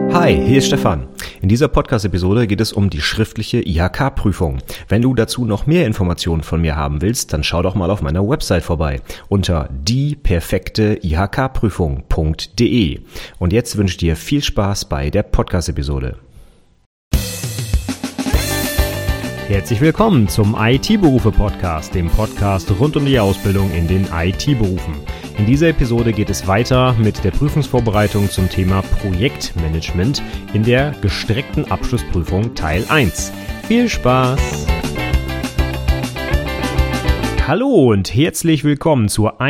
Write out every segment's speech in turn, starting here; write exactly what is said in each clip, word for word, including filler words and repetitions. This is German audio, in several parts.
Hi, hier ist Stefan. In dieser Podcast-Episode geht es um die schriftliche I H K-Prüfung. Wenn du dazu noch mehr Informationen von mir haben willst, dann schau doch mal auf meiner Website vorbei unter die perfekte I H K Prüfung punkt de. Und jetzt wünsche ich dir viel Spaß bei der Podcast-Episode. Herzlich willkommen zum I T-Berufe-Podcast, dem Podcast rund um die Ausbildung in den I T-Berufen. In dieser Episode geht es weiter mit der Prüfungsvorbereitung zum Thema Projektmanagement in der gestreckten Abschlussprüfung Teil eins. Viel Spaß! Hallo und herzlich willkommen zur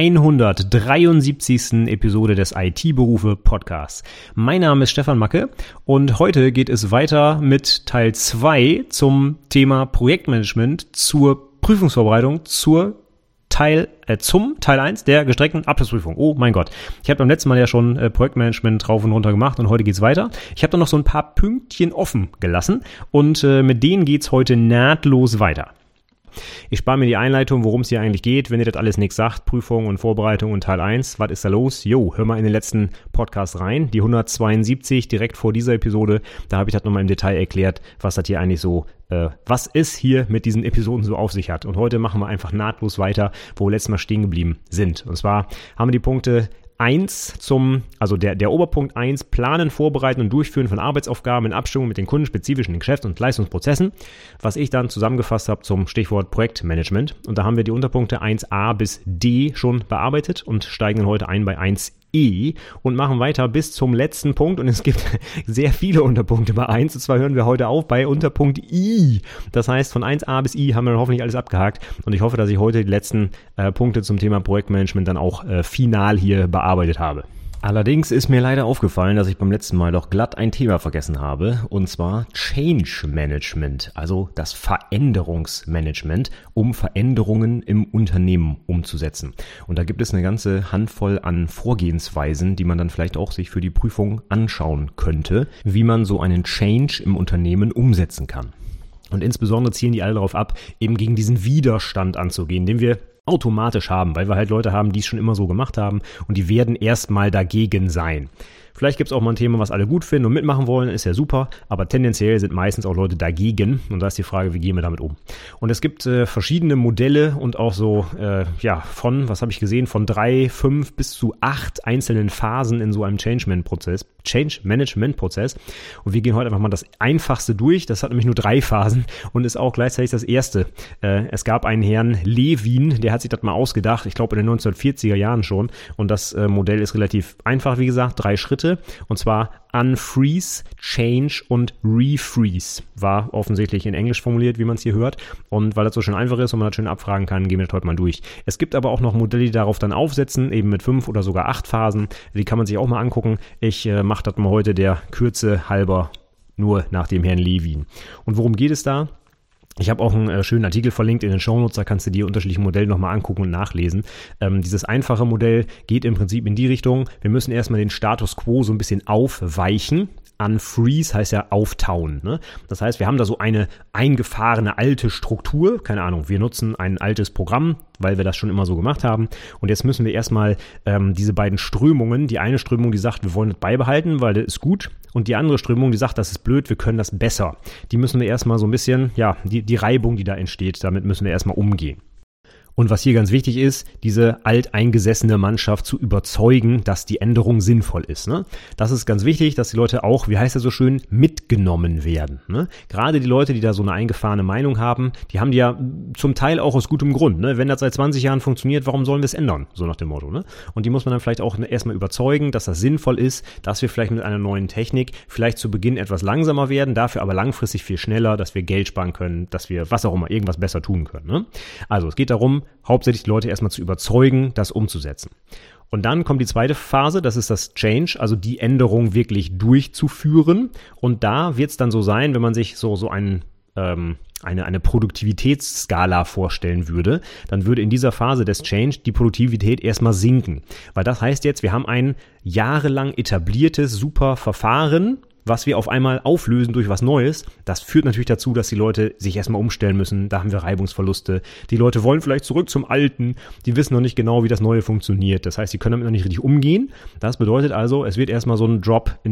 hundertdreiundsiebzigsten Episode des I T-Berufe-Podcasts. Mein Name ist Stefan Macke und heute geht es weiter mit Teil zwei zum Thema Projektmanagement zur Prüfungsvorbereitung zur Teil, äh, zum Teil eins der gestreckten Abschlussprüfung. Oh mein Gott. Ich habe beim letzten Mal ja schon äh, Projektmanagement rauf und runter gemacht und heute geht's weiter. Ich habe da noch so ein paar Pünktchen offen gelassen und äh, mit denen geht's heute nahtlos weiter. Ich spare mir die Einleitung, worum es hier eigentlich geht, wenn ihr das alles nichts sagt, Prüfung und Vorbereitung und Teil eins, was ist da los? Jo, hör mal in den letzten Podcast rein, die hundertzweiundsiebzig, direkt vor dieser Episode, da habe ich das nochmal im Detail erklärt, was das hier eigentlich so, äh, was es hier mit diesen Episoden so auf sich hat. Und heute machen wir einfach nahtlos weiter, wo wir letztes Mal stehen geblieben sind. Und zwar haben wir die Punkte eins zum, also der, der Oberpunkt eins, Planen, Vorbereiten und Durchführen von Arbeitsaufgaben in Abstimmung mit den kundenspezifischen Geschäfts- und Leistungsprozessen, was ich dann zusammengefasst habe zum Stichwort Projektmanagement. Und da haben wir die Unterpunkte eins a bis d schon bearbeitet und steigen dann heute ein bei eins e und machen weiter bis zum letzten Punkt. Und es gibt sehr viele Unterpunkte bei eins. Und zwar hören wir heute auf bei Unterpunkt I. Das heißt, von eins a bis I haben wir dann hoffentlich alles abgehakt. Und ich hoffe, dass ich heute die letzten äh, Punkte zum Thema Projektmanagement dann auch äh, final hier bearbeitet habe. Allerdings ist mir leider aufgefallen, dass ich beim letzten Mal doch glatt ein Thema vergessen habe, und zwar Change Management, also das Veränderungsmanagement, um Veränderungen im Unternehmen umzusetzen. Und da gibt es eine ganze Handvoll an Vorgehensweisen, die man dann vielleicht auch sich für die Prüfung anschauen könnte, wie man so einen Change im Unternehmen umsetzen kann. Und insbesondere zielen die alle darauf ab, eben gegen diesen Widerstand anzugehen, den wir automatisch haben, weil wir halt Leute haben, die es schon immer so gemacht haben und die werden erstmal dagegen sein. Vielleicht gibt es auch mal ein Thema, was alle gut finden und mitmachen wollen, ist ja super, aber tendenziell sind meistens auch Leute dagegen und da ist die Frage, wie gehen wir damit um? Und es gibt äh, verschiedene Modelle und auch so, äh, ja, von, was habe ich gesehen, von drei, fünf bis zu acht einzelnen Phasen in so einem Change-Management-Prozess, Change-Management-Prozess und wir gehen heute einfach mal das Einfachste durch, das hat nämlich nur drei Phasen und ist auch gleichzeitig das Erste. Äh, es gab einen Herrn Levin, der hat sich das mal ausgedacht, ich glaube in den neunzehnhundertvierziger Jahren schon und das äh, Modell ist relativ einfach, wie gesagt, drei Schritte. Und zwar Unfreeze, Change und Refreeze. War offensichtlich in Englisch formuliert, wie man es hier hört. Und weil das so schön einfach ist und man das schön abfragen kann, gehen wir das heute mal durch. Es gibt aber auch noch Modelle, die darauf dann aufsetzen, eben mit fünf oder sogar acht Phasen. Die kann man sich auch mal angucken. Ich äh, mache das mal heute der Kürze halber nur nach dem Herrn Levin. Und worum geht es da? Ich habe auch einen äh, schönen Artikel verlinkt in den Shownotes, da kannst du dir unterschiedliche Modelle nochmal angucken und nachlesen. Ähm, dieses einfache Modell geht im Prinzip in die Richtung, wir müssen erstmal den Status quo so ein bisschen aufweichen. Unfreeze heißt ja auftauen, ne? Das heißt, wir haben da so eine eingefahrene alte Struktur, keine Ahnung, wir nutzen ein altes Programm, weil wir das schon immer so gemacht haben und jetzt müssen wir erstmal ähm, diese beiden Strömungen, die eine Strömung, die sagt, wir wollen das beibehalten, weil das ist gut und die andere Strömung, die sagt, das ist blöd, wir können das besser. Die müssen wir erstmal so ein bisschen, ja, die, die Reibung, die da entsteht, damit müssen wir erstmal umgehen. Und was hier ganz wichtig ist, diese alteingesessene Mannschaft zu überzeugen, dass die Änderung sinnvoll ist. Ne? Das ist ganz wichtig, dass die Leute auch, wie heißt das so schön, mitgenommen werden. Ne? Gerade die Leute, die da so eine eingefahrene Meinung haben, die haben die ja zum Teil auch aus gutem Grund. Ne? Wenn das seit zwanzig Jahren funktioniert, warum sollen wir es ändern? So nach dem Motto. Ne? Und die muss man dann vielleicht auch erstmal überzeugen, dass das sinnvoll ist, dass wir vielleicht mit einer neuen Technik vielleicht zu Beginn etwas langsamer werden, dafür aber langfristig viel schneller, dass wir Geld sparen können, dass wir was auch immer, irgendwas besser tun können. Ne? Also es geht darum, hauptsächlich die Leute erstmal zu überzeugen, das umzusetzen. Und dann kommt die zweite Phase, das ist das Change, also die Änderung wirklich durchzuführen. Und da wird es dann so sein, wenn man sich so, so einen, ähm, eine, eine Produktivitätsskala vorstellen würde, dann würde in dieser Phase des Change die Produktivität erstmal sinken. Weil das heißt jetzt, wir haben ein jahrelang etabliertes, super Verfahren, was wir auf einmal auflösen durch was Neues, das führt natürlich dazu, dass die Leute sich erstmal umstellen müssen. Da haben wir Reibungsverluste. Die Leute wollen vielleicht zurück zum Alten. Die wissen noch nicht genau, wie das Neue funktioniert. Das heißt, sie können damit noch nicht richtig umgehen. Das bedeutet also, es wird erstmal so ein Drop in der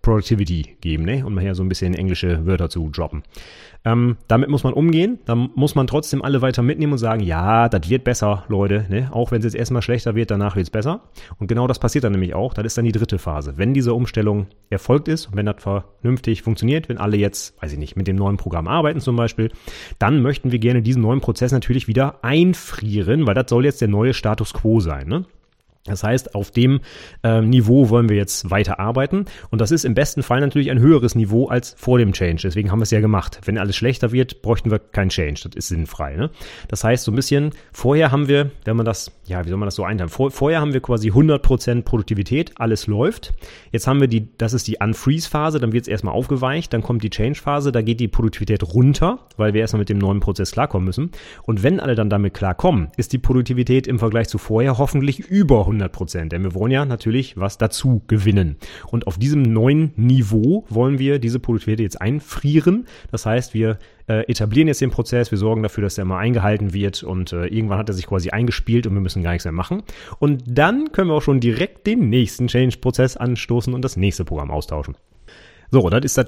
Productivity geben, ne? Um mal hier so ein bisschen englische Wörter zu droppen. Ähm, damit muss man umgehen, da muss man trotzdem alle weiter mitnehmen und sagen, ja, das wird besser, Leute, ne? Auch wenn es jetzt erstmal schlechter wird, danach wird es besser. Und genau das passiert dann nämlich auch, das ist dann die dritte Phase. Wenn diese Umstellung erfolgt ist und wenn das vernünftig funktioniert, wenn alle jetzt, weiß ich nicht, mit dem neuen Programm arbeiten zum Beispiel, dann möchten wir gerne diesen neuen Prozess natürlich wieder einfrieren, weil das soll jetzt der neue Status quo sein, ne? Das heißt, auf dem äh, Niveau wollen wir jetzt weiter arbeiten und das ist im besten Fall natürlich ein höheres Niveau als vor dem Change. Deswegen haben wir es ja gemacht. Wenn alles schlechter wird, bräuchten wir keinen Change. Das ist sinnfrei, ne? Das heißt, so ein bisschen, vorher haben wir, wenn man das, ja, wie soll man das so einteilen? Vor, vorher haben wir quasi hundert Prozent Produktivität, alles läuft. Jetzt haben wir die, das ist die Unfreeze-Phase, dann wird es erstmal aufgeweicht, dann kommt die Change-Phase, da geht die Produktivität runter, weil wir erstmal mit dem neuen Prozess klarkommen müssen. Und wenn alle dann damit klarkommen, ist die Produktivität im Vergleich zu vorher hoffentlich über hundert Prozent, denn wir wollen ja natürlich was dazu gewinnen. Und auf diesem neuen Niveau wollen wir diese Produktivität jetzt einfrieren. Das heißt, wir äh, etablieren jetzt den Prozess, wir sorgen dafür, dass der mal eingehalten wird und äh, irgendwann hat er sich quasi eingespielt und wir müssen gar nichts mehr machen. Und dann können wir auch schon direkt den nächsten Change-Prozess anstoßen und das nächste Programm austauschen. So, das ist das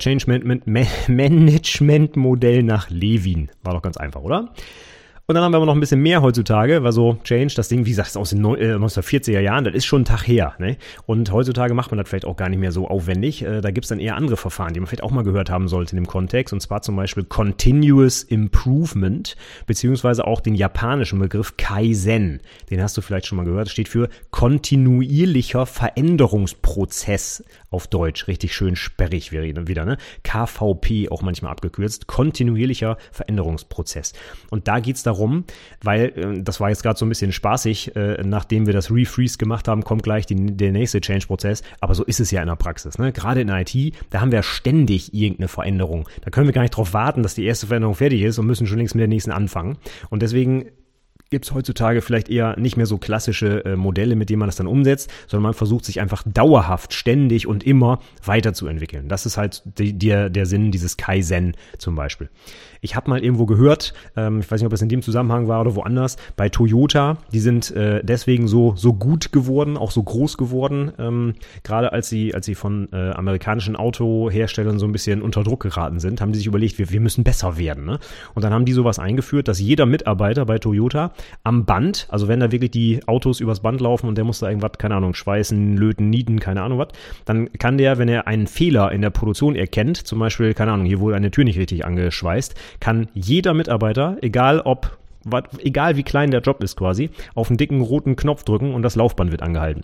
Change-Management-Modell nach Levin. War doch ganz einfach, oder? Und dann haben wir aber noch ein bisschen mehr heutzutage, weil so Change, das Ding, wie gesagt, ist aus den neunzehnhundertvierziger Jahren, das ist schon ein Tag her, ne? Und heutzutage macht man das vielleicht auch gar nicht mehr so aufwendig. Da gibt's dann eher andere Verfahren, die man vielleicht auch mal gehört haben sollte in dem Kontext. Und zwar zum Beispiel Continuous Improvement, beziehungsweise auch den japanischen Begriff Kaizen. Den hast du vielleicht schon mal gehört. Das steht für kontinuierlicher Veränderungsprozess auf Deutsch. Richtig schön sperrig wäre wieder, ne? K V P auch manchmal abgekürzt. Kontinuierlicher Veränderungsprozess. Und da geht's darum, Warum? Weil, äh, das war jetzt gerade so ein bisschen spaßig, äh, nachdem wir das Refreeze gemacht haben, kommt gleich die, der nächste Change-Prozess, aber so ist es ja in der Praxis, ne? Gerade in I T, da haben wir ständig irgendeine Veränderung. Da können wir gar nicht drauf warten, dass die erste Veränderung fertig ist und müssen schon längst mit der nächsten anfangen. Und deswegen gibt es heutzutage vielleicht eher nicht mehr so klassische äh, Modelle, mit denen man das dann umsetzt, sondern man versucht sich einfach dauerhaft, ständig und immer weiterzuentwickeln. Das ist halt die, der, der Sinn dieses Kaizen zum Beispiel. Ich habe mal irgendwo gehört, ähm, ich weiß nicht, ob das in dem Zusammenhang war oder woanders, bei Toyota, die sind äh, deswegen so so gut geworden, auch so groß geworden, ähm, gerade als sie als sie von äh, amerikanischen Autoherstellern so ein bisschen unter Druck geraten sind, haben die sich überlegt, wir, wir müssen besser werden, ne? Und dann haben die sowas eingeführt, dass jeder Mitarbeiter bei Toyota am Band, also wenn da wirklich die Autos übers Band laufen und der muss da irgendwas, keine Ahnung, schweißen, löten, nieten, keine Ahnung was, dann kann der, wenn er einen Fehler in der Produktion erkennt, zum Beispiel, keine Ahnung, hier wurde eine Tür nicht richtig angeschweißt, kann jeder Mitarbeiter, egal ob, wat, egal wie klein der Job ist quasi, auf einen dicken roten Knopf drücken und das Laufband wird angehalten.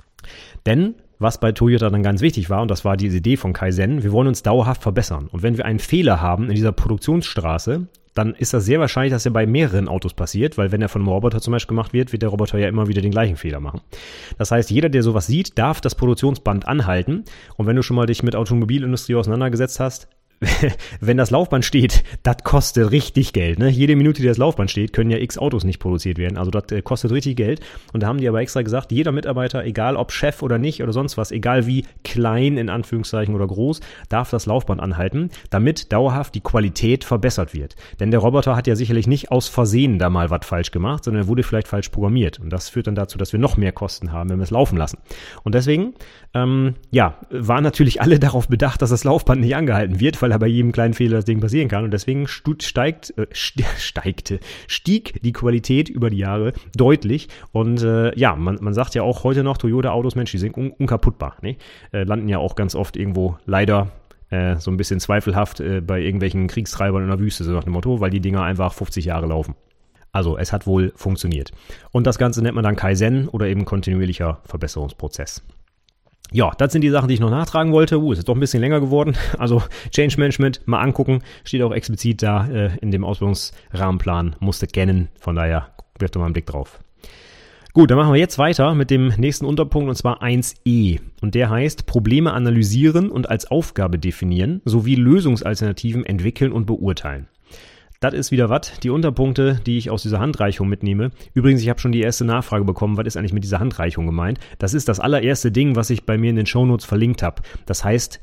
Denn was bei Toyota dann ganz wichtig war, und das war diese Idee von Kaizen, wir wollen uns dauerhaft verbessern. Und wenn wir einen Fehler haben in dieser Produktionsstraße, dann ist das sehr wahrscheinlich, dass er bei mehreren Autos passiert, weil wenn er von einem Roboter zum Beispiel gemacht wird, wird der Roboter ja immer wieder den gleichen Fehler machen. Das heißt, jeder, der sowas sieht, darf das Produktionsband anhalten. Und wenn du schon mal dich mit Automobilindustrie auseinandergesetzt hast, wenn das Laufband steht, das kostet richtig Geld, ne? Jede Minute, die das Laufband steht, können ja x Autos nicht produziert werden. Also das äh, kostet richtig Geld. Und da haben die aber extra gesagt, jeder Mitarbeiter, egal ob Chef oder nicht oder sonst was, egal wie klein in Anführungszeichen oder groß, darf das Laufband anhalten, damit dauerhaft die Qualität verbessert wird. Denn der Roboter hat ja sicherlich nicht aus Versehen da mal was falsch gemacht, sondern er wurde vielleicht falsch programmiert. Und das führt dann dazu, dass wir noch mehr Kosten haben, wenn wir es laufen lassen. Und deswegen, ähm, ja, waren natürlich alle darauf bedacht, dass das Laufband nicht angehalten wird, weil bei jedem kleinen Fehler das Ding passieren kann und deswegen steigt, äh, steigte, stieg die Qualität über die Jahre deutlich und äh, ja, man, man sagt ja auch heute noch, Toyota-Autos, Mensch, die sind un- unkaputtbar, ne? Äh, landen ja auch ganz oft irgendwo leider äh, so ein bisschen zweifelhaft äh, bei irgendwelchen Kriegstreibern in der Wüste, so nach dem Motto, weil die Dinger einfach fünfzig Jahre laufen. Also es hat wohl funktioniert. Und das Ganze nennt man dann Kaizen oder eben kontinuierlicher Verbesserungsprozess. Ja, das sind die Sachen, die ich noch nachtragen wollte. Uh, es ist doch ein bisschen länger geworden. Also Change Management mal angucken. Steht auch explizit da äh, in dem Ausbildungsrahmenplan. Musste kennen. Von daher wirft doch mal einen Blick drauf. Gut, dann machen wir jetzt weiter mit dem nächsten Unterpunkt und zwar eins e. Und der heißt Probleme analysieren und als Aufgabe definieren sowie Lösungsalternativen entwickeln und beurteilen. Das ist wieder was, die Unterpunkte, die ich aus dieser Handreichung mitnehme. Übrigens, ich habe schon die erste Nachfrage bekommen, was ist eigentlich mit dieser Handreichung gemeint? Das ist das allererste Ding, was ich bei mir in den Shownotes verlinkt habe. Das heißt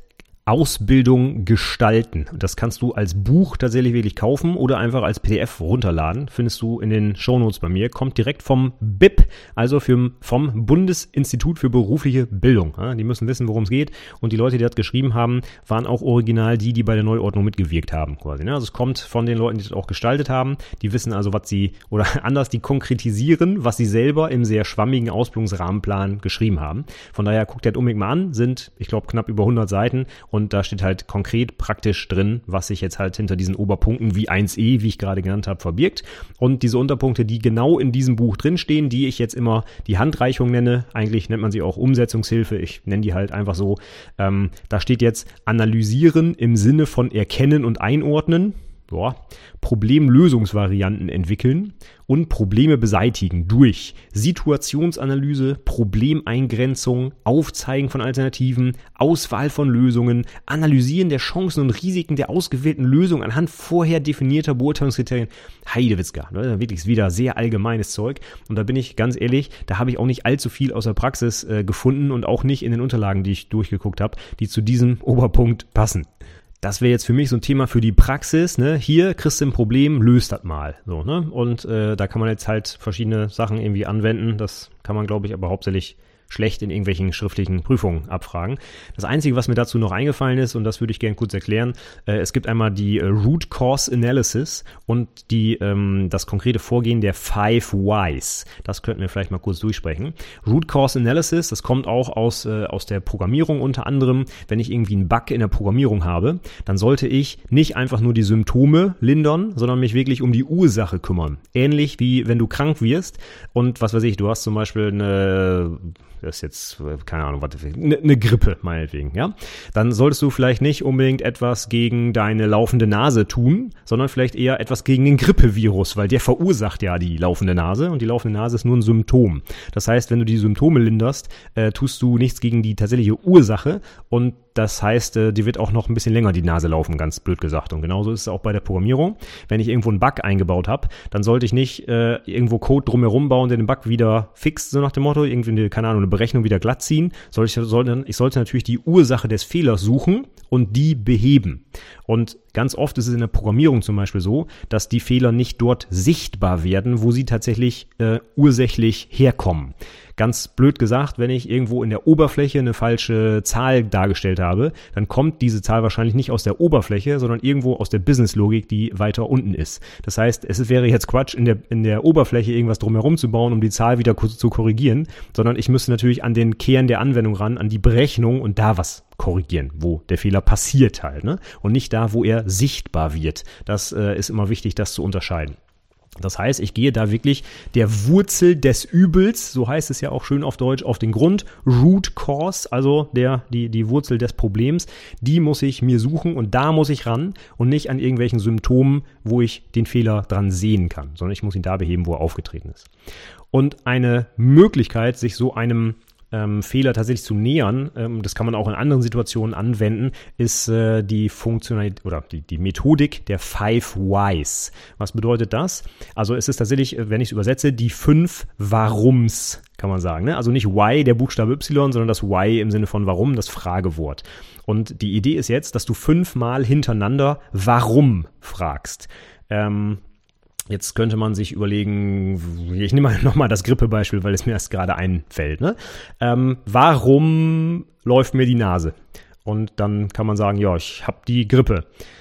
Ausbildung gestalten. Das kannst du als Buch tatsächlich wirklich kaufen oder einfach als P D F runterladen. Findest du in den Shownotes bei mir. Kommt direkt vom B I P, also für, vom Bundesinstitut für berufliche Bildung. Ja, die müssen wissen, worum es geht. Und die Leute, die das geschrieben haben, waren auch original die, die bei der Neuordnung mitgewirkt haben. Quasi, ne? Also es kommt von den Leuten, die das auch gestaltet haben. Die wissen also, was sie, oder anders, die konkretisieren, was sie selber im sehr schwammigen Ausbildungsrahmenplan geschrieben haben. Von daher guckt ihr das unbedingt mal an. Sind, ich glaube, knapp über hundert Seiten. Und da steht halt konkret praktisch drin, was sich jetzt halt hinter diesen Oberpunkten wie eins e, wie ich gerade genannt habe, verbirgt. Und diese Unterpunkte, die genau in diesem Buch drinstehen, die ich jetzt immer die Handreichung nenne, eigentlich nennt man sie auch Umsetzungshilfe, ich nenne die halt einfach so, ähm, da steht jetzt analysieren im Sinne von erkennen und einordnen, ja, Problemlösungsvarianten entwickeln und Probleme beseitigen durch Situationsanalyse, Problemeingrenzung, Aufzeigen von Alternativen, Auswahl von Lösungen, Analysieren der Chancen und Risiken der ausgewählten Lösung anhand vorher definierter Beurteilungskriterien. Heidewitzka, ne? Wirklich wieder sehr allgemeines Zeug. Und da bin ich ganz ehrlich, da habe ich auch nicht allzu viel aus der Praxis äh, gefunden und auch nicht in den Unterlagen, die ich durchgeguckt habe, die zu diesem Oberpunkt passen. Das wäre jetzt für mich so ein Thema für die Praxis, ne? Hier kriegst du ein Problem, löst das mal. So, ne? Und äh, da kann man jetzt halt verschiedene Sachen irgendwie anwenden. Das kann man, glaube ich, aber hauptsächlich schlecht in irgendwelchen schriftlichen Prüfungen abfragen. Das Einzige, was mir dazu noch eingefallen ist, und das würde ich gerne kurz erklären, äh, es gibt einmal die äh, Root Cause Analysis und die ähm, das konkrete Vorgehen der Five Whys. Das könnten wir vielleicht mal kurz durchsprechen. Root Cause Analysis, das kommt auch aus, äh, aus der Programmierung unter anderem. Wenn ich irgendwie einen Bug in der Programmierung habe, dann sollte ich nicht einfach nur die Symptome lindern, sondern mich wirklich um die Ursache kümmern. Ähnlich wie wenn du krank wirst und was weiß ich, du hast zum Beispiel eine das ist jetzt, keine Ahnung, was, eine, eine Grippe meinetwegen, ja, dann solltest du vielleicht nicht unbedingt etwas gegen deine laufende Nase tun, sondern vielleicht eher etwas gegen den Grippevirus, weil der verursacht ja die laufende Nase und die laufende Nase ist nur ein Symptom. Das heißt, wenn du die Symptome linderst, äh, tust du nichts gegen die tatsächliche Ursache und das heißt, äh, dir wird auch noch ein bisschen länger die Nase laufen, ganz blöd gesagt. Und genauso ist es auch bei der Programmierung. Wenn ich irgendwo einen Bug eingebaut habe, dann sollte ich nicht äh, irgendwo Code drumherum bauen, der den Bug wieder fixt, so nach dem Motto, irgendwie eine, keine Ahnung, eine Berechnung wieder glatt ziehen. Soll ich, soll, ich sollte natürlich die Ursache des Fehlers suchen und die beheben. Und ganz oft ist es in der Programmierung zum Beispiel so, dass die Fehler nicht dort sichtbar werden, wo sie tatsächlich äh, ursächlich herkommen. Ganz blöd gesagt, wenn ich irgendwo in der Oberfläche eine falsche Zahl dargestellt habe, dann kommt diese Zahl wahrscheinlich nicht aus der Oberfläche, sondern irgendwo aus der Businesslogik, die weiter unten ist. Das heißt, es wäre jetzt Quatsch, in der, in der Oberfläche irgendwas drumherum zu bauen, um die Zahl wieder zu korrigieren, sondern ich müsste natürlich an den Kern der Anwendung ran, an die Berechnung und da was korrigieren, wo der Fehler passiert halt, ne? Und nicht da, wo er sichtbar wird. Das äh, ist immer wichtig, das zu unterscheiden. Das heißt, ich gehe da wirklich der Wurzel des Übels, so heißt es ja auch schön auf Deutsch, auf den Grund, Root Cause, also der, die, die Wurzel des Problems, die muss ich mir suchen und da muss ich ran und nicht an irgendwelchen Symptomen, wo ich den Fehler dran sehen kann, sondern ich muss ihn da beheben, wo er aufgetreten ist. Und eine Möglichkeit, sich so einem Ähm, Fehler tatsächlich zu nähern, ähm, das kann man auch in anderen Situationen anwenden, ist äh, die Funktionalität oder die, die Methodik der Five Whys. Was bedeutet das? Also es ist tatsächlich, wenn ich es übersetze, die fünf Warums, kann man sagen. Ne? Also nicht Why, der Buchstabe Y, sondern das Why im Sinne von Warum, das Fragewort. Und die Idee ist jetzt, dass du fünfmal hintereinander Warum fragst. Ähm, Jetzt könnte man sich überlegen, ich nehme mal nochmal das Grippebeispiel, weil es mir erst gerade einfällt. Ne? Ähm, warum läuft mir die Nase? Und dann kann man sagen, ja, ich habe die Grippe.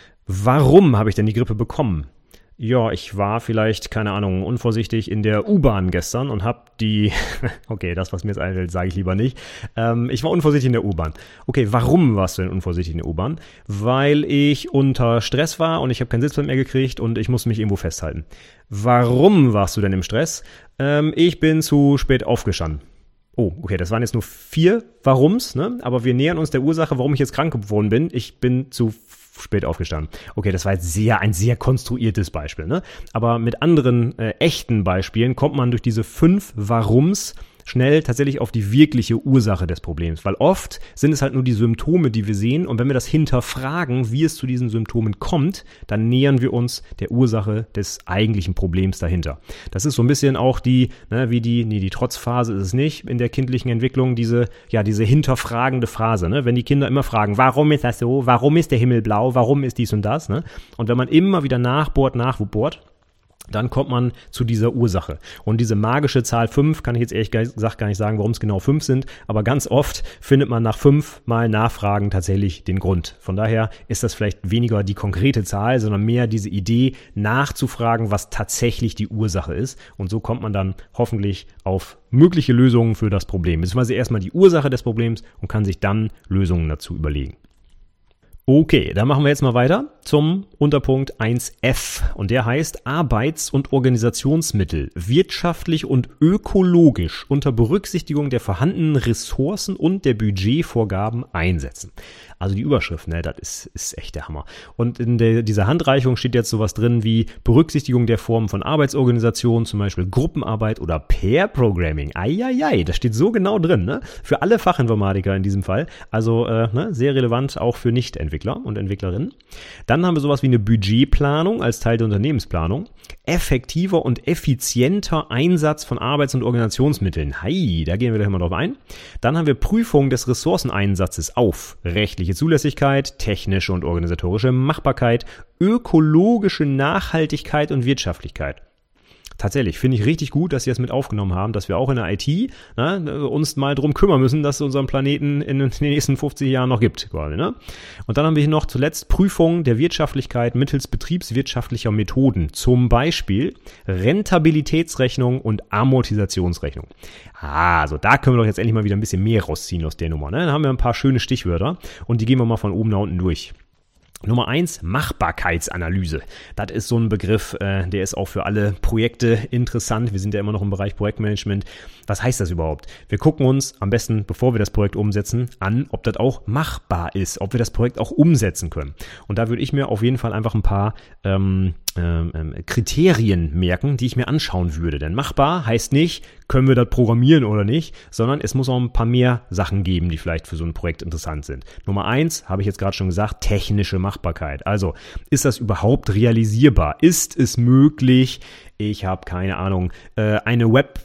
Warum habe ich denn die Grippe bekommen? Ja, ich war vielleicht, keine Ahnung, unvorsichtig in der U-Bahn gestern und habe die, okay, das, was mir jetzt einfällt, sage ich lieber nicht. Ähm, ich war unvorsichtig in der U-Bahn. Okay, warum warst du denn unvorsichtig in der U-Bahn? Weil ich unter Stress war und ich habe keinen Sitzplatz mehr gekriegt und ich musste mich irgendwo festhalten. Warum warst du denn im Stress? Ähm, ich bin zu spät aufgestanden. Oh, okay, das waren jetzt nur vier Warums, ne? Aber wir nähern uns der Ursache, warum ich jetzt krank geworden bin. Ich bin zu spät aufgestanden. Okay, das war jetzt sehr ein sehr konstruiertes Beispiel, ne? Aber mit anderen äh, echten Beispielen kommt man durch diese fünf Warums schnell tatsächlich auf die wirkliche Ursache des Problems, weil oft sind es halt nur die Symptome, die wir sehen, und wenn wir das hinterfragen, wie es zu diesen Symptomen kommt, dann nähern wir uns der Ursache des eigentlichen Problems dahinter. Das ist so ein bisschen auch die, ne, wie die, nee, die Trotzphase ist es nicht in der kindlichen Entwicklung, diese, ja, diese hinterfragende Phase, ne, wenn die Kinder immer fragen, warum ist das so, warum ist der Himmel blau, warum ist dies und das, ne, und wenn man immer wieder nachbohrt, nachbohrt, dann kommt man zu dieser Ursache. Und diese magische Zahl fünf, kann ich jetzt ehrlich gesagt gar nicht sagen, warum es genau fünf sind, aber ganz oft findet man nach fünf Mal Nachfragen tatsächlich den Grund. Von daher ist das vielleicht weniger die konkrete Zahl, sondern mehr diese Idee, nachzufragen, was tatsächlich die Ursache ist. Und so kommt man dann hoffentlich auf mögliche Lösungen für das Problem. Beziehungsweise erstmal die Ursache des Problems und kann sich dann Lösungen dazu überlegen. Okay, dann machen wir jetzt mal weiter zum Unterpunkt eins F und der heißt Arbeits- und Organisationsmittel wirtschaftlich und ökologisch unter Berücksichtigung der vorhandenen Ressourcen und der Budgetvorgaben einsetzen. Also die Überschrift, ne, das ist, ist echt der Hammer. Und in der, dieser Handreichung steht jetzt sowas drin wie Berücksichtigung der Formen von Arbeitsorganisationen, zum Beispiel Gruppenarbeit oder Pair-Programming. Eieiei, das steht so genau drin, ne? Für alle Fachinformatiker in diesem Fall. Also äh, ne, sehr relevant auch für Nicht-Entwickler und Entwicklerinnen. Dann haben wir sowas wie eine Budgetplanung als Teil der Unternehmensplanung. Effektiver und effizienter Einsatz von Arbeits- und Organisationsmitteln. Hi, da gehen wir gleich mal drauf ein. Dann haben wir Prüfung des Ressourceneinsatzes auf rechtliche Zulässigkeit, technische und organisatorische Machbarkeit, ökologische Nachhaltigkeit und Wirtschaftlichkeit. Tatsächlich, finde ich richtig gut, dass sie das mit aufgenommen haben, dass wir auch in der I T ne, uns mal drum kümmern müssen, dass es unseren Planeten in den nächsten fünfzig Jahren noch gibt. Quasi, ne? Und dann haben wir hier noch zuletzt Prüfung der Wirtschaftlichkeit mittels betriebswirtschaftlicher Methoden, zum Beispiel Rentabilitätsrechnung und Amortisationsrechnung. Ah, also da können wir doch jetzt endlich mal wieder ein bisschen mehr rausziehen aus der Nummer. Ne? Dann haben wir ein paar schöne Stichwörter und die gehen wir mal von oben nach unten durch. Nummer eins, Machbarkeitsanalyse. Das ist so ein Begriff, äh, der ist auch für alle Projekte interessant. Wir sind ja immer noch im Bereich Projektmanagement. Was heißt das überhaupt? Wir gucken uns am besten, bevor wir das Projekt umsetzen, an, ob das auch machbar ist, ob wir das Projekt auch umsetzen können. Und da würde ich mir auf jeden Fall einfach ein paar ähm, ähm, Kriterien merken, die ich mir anschauen würde. Denn machbar heißt nicht, können wir das programmieren oder nicht, sondern es muss auch ein paar mehr Sachen geben, die vielleicht für so ein Projekt interessant sind. Nummer eins, habe ich jetzt gerade schon gesagt, technische Machbarkeit. Also, ist das überhaupt realisierbar? Ist es möglich, ich habe keine Ahnung, äh, eine Web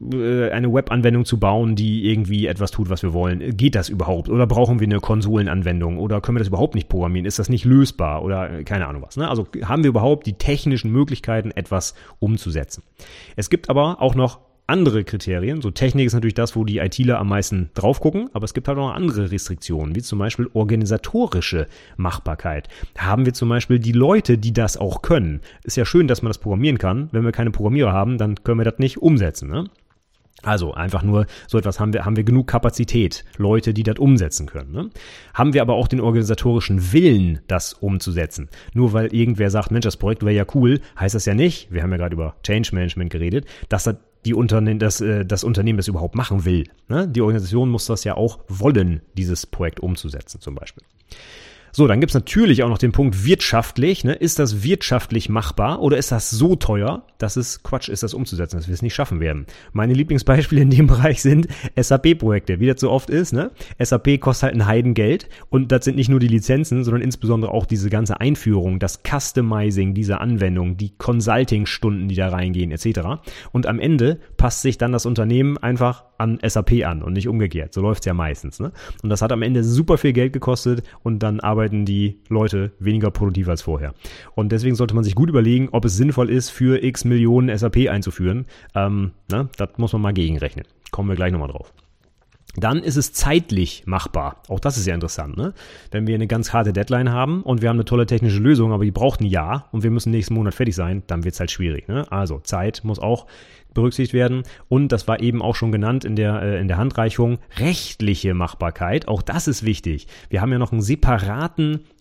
eine Webanwendung zu bauen, die irgendwie etwas tut, was wir wollen. Geht das überhaupt? Oder brauchen wir eine Konsolenanwendung? Oder können wir das überhaupt nicht programmieren? Ist das nicht lösbar? Oder keine Ahnung was. Ne? Also haben wir überhaupt die technischen Möglichkeiten, etwas umzusetzen? Es gibt aber auch noch andere Kriterien. So Technik ist natürlich das, wo die ITler am meisten drauf gucken, aber es gibt halt auch noch andere Restriktionen, wie zum Beispiel organisatorische Machbarkeit. Haben wir zum Beispiel die Leute, die das auch können. Ist ja schön, dass man das programmieren kann. Wenn wir keine Programmierer haben, dann können wir das nicht umsetzen, ne? Also einfach nur so etwas, haben wir haben wir genug Kapazität, Leute, die das umsetzen können. Ne? Haben wir aber auch den organisatorischen Willen, das umzusetzen. Nur weil irgendwer sagt, Mensch, das Projekt wäre ja cool, heißt das ja nicht, wir haben ja gerade über Change Management geredet, dass das die Unternehmen, das, das Unternehmen das überhaupt machen will. Ne? Die Organisation muss das ja auch wollen, dieses Projekt umzusetzen zum Beispiel. So, dann gibt's natürlich auch noch den Punkt wirtschaftlich. Ne? Ist das wirtschaftlich machbar oder ist das so teuer, dass es Quatsch ist, das umzusetzen, dass wir es nicht schaffen werden? Meine Lieblingsbeispiele in dem Bereich sind S A P-Projekte, wie das so oft ist. Ne? S A P kostet halt ein Heidengeld und das sind nicht nur die Lizenzen, sondern insbesondere auch diese ganze Einführung, das Customizing dieser Anwendung, die Consulting-Stunden, die da reingehen et cetera. Und am Ende passt sich dann das Unternehmen einfach an S A P an und nicht umgekehrt. So läuft's ja meistens. Ne? Und das hat am Ende super viel Geld gekostet und dann arbeiten die Leute weniger produktiv als vorher. Und deswegen sollte man sich gut überlegen, ob es sinnvoll ist, für x Millionen S A P einzuführen. Ähm, ne? Das muss man mal gegenrechnen. Kommen wir gleich nochmal drauf. Dann ist es zeitlich machbar. Auch das ist ja interessant, ne? Wenn wir eine ganz harte Deadline haben und wir haben eine tolle technische Lösung, aber die braucht ein Jahr und wir müssen nächsten Monat fertig sein, dann wird es halt schwierig, ne? Also Zeit muss auch berücksichtigt werden. Und das war eben auch schon genannt in der, äh, in der Handreichung, rechtliche Machbarkeit. Auch das ist wichtig. Wir haben ja noch einen separaten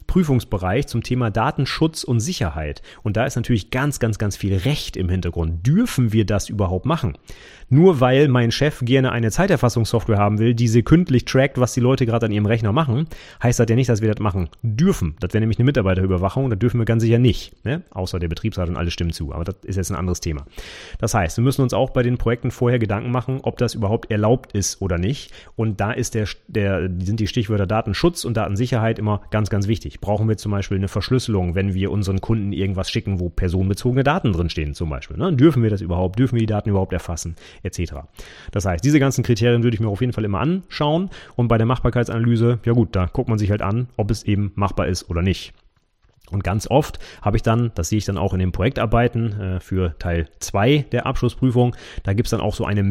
Prüfungsbereich zum Thema Datenschutz und Sicherheit. Und da ist natürlich ganz, ganz, ganz viel Recht im Hintergrund. Dürfen wir das überhaupt machen? Nur weil mein Chef gerne eine Zeiterfassungssoftware haben will, die sekündlich trackt, was die Leute gerade an ihrem Rechner machen, heißt das ja nicht, dass wir das machen dürfen. Das wäre nämlich eine Mitarbeiterüberwachung, das dürfen wir ganz sicher nicht, ne? Außer der Betriebsrat und alle stimmen zu. Aber das ist jetzt ein anderes Thema. Das heißt, wir müssen uns auch bei den Projekten vorher Gedanken machen, ob das überhaupt erlaubt ist oder nicht. Und da ist der, der, sind die Stichwörter Datenschutz und Datensicherheit immer ganz, ganz wichtig. Brauchen wir zum Beispiel eine Verschlüsselung, wenn wir unseren Kunden irgendwas schicken, wo personenbezogene Daten drinstehen zum Beispiel, ne? Dürfen wir das überhaupt? Dürfen wir die Daten überhaupt erfassen? Etc. Das heißt, diese ganzen Kriterien würde ich mir auf jeden Fall immer anschauen und bei der Machbarkeitsanalyse, ja gut, da guckt man sich halt an, ob es eben machbar ist oder nicht. Und ganz oft habe ich dann, das sehe ich dann auch in den Projektarbeiten äh, für Teil zwei der Abschlussprüfung, da gibt es dann auch so eine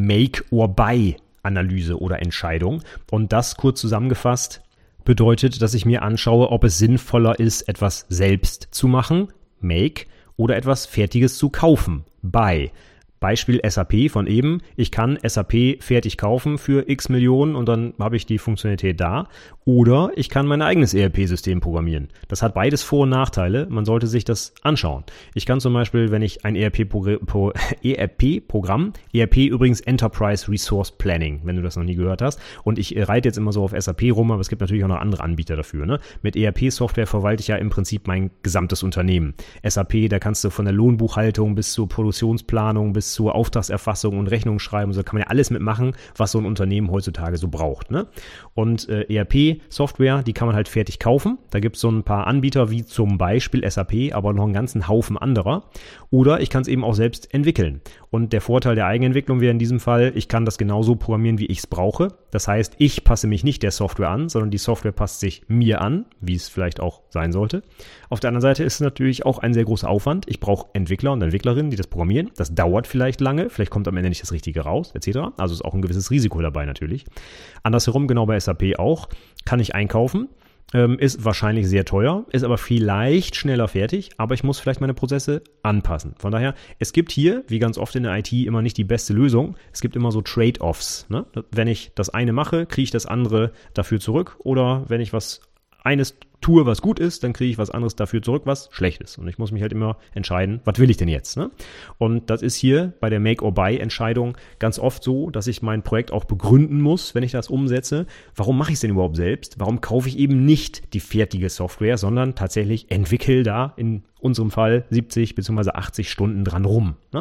Make-or-Buy-Analyse oder Entscheidung. Und das kurz zusammengefasst bedeutet, dass ich mir anschaue, ob es sinnvoller ist, etwas selbst zu machen, Make, oder etwas Fertiges zu kaufen, Buy. Beispiel S A P von eben. Ich kann S A P fertig kaufen für x Millionen und dann habe ich die Funktionalität da. Oder ich kann mein eigenes E R P-System programmieren. Das hat beides Vor- und Nachteile. Man sollte sich das anschauen. Ich kann zum Beispiel, wenn ich ein E R P-Programm, E R P-Programm, E R P übrigens Enterprise Resource Planning, wenn du das noch nie gehört hast. Und ich reite jetzt immer so auf S A P rum, aber es gibt natürlich auch noch andere Anbieter dafür. Ne? Mit E R P-Software verwalte ich ja im Prinzip mein gesamtes Unternehmen. S A P, da kannst du von der Lohnbuchhaltung bis zur Produktionsplanung bis zur Auftragserfassung und Rechnung schreiben, so kann man ja alles mitmachen, was so ein Unternehmen heutzutage so braucht. Ne? Und äh, E R P-Software, die kann man halt fertig kaufen. Da gibt es so ein paar Anbieter wie zum Beispiel S A P, aber noch einen ganzen Haufen anderer. Oder ich kann es eben auch selbst entwickeln. Und der Vorteil der Eigenentwicklung wäre in diesem Fall, ich kann das genauso programmieren, wie ich es brauche. Das heißt, ich passe mich nicht der Software an, sondern die Software passt sich mir an, wie es vielleicht auch sein sollte. Auf der anderen Seite ist es natürlich auch ein sehr großer Aufwand. Ich brauche Entwickler und Entwicklerinnen, die das programmieren. Das dauert vielleicht lange, vielleicht kommt am Ende nicht das Richtige raus, et cetera. Also ist auch ein gewisses Risiko dabei natürlich. Andersherum, genau bei S A P auch, kann ich einkaufen. Ähm, ist wahrscheinlich sehr teuer, ist aber vielleicht schneller fertig, aber ich muss vielleicht meine Prozesse anpassen. Von daher, es gibt hier, wie ganz oft in der I T, immer nicht die beste Lösung. Es gibt immer so Trade-offs. Ne? Wenn ich das eine mache, kriege ich das andere dafür zurück, oder wenn ich was eines tue, was gut ist, dann kriege ich was anderes dafür zurück, was schlecht ist. Und ich muss mich halt immer entscheiden, was will ich denn jetzt? Ne? Und das ist hier bei der Make-or-Buy-Entscheidung ganz oft so, dass ich mein Projekt auch begründen muss, wenn ich das umsetze. Warum mache ich es denn überhaupt selbst? Warum kaufe ich eben nicht die fertige Software, sondern tatsächlich entwickle da in unserem Fall siebzig bzw. achtzig Stunden dran rum? Ne?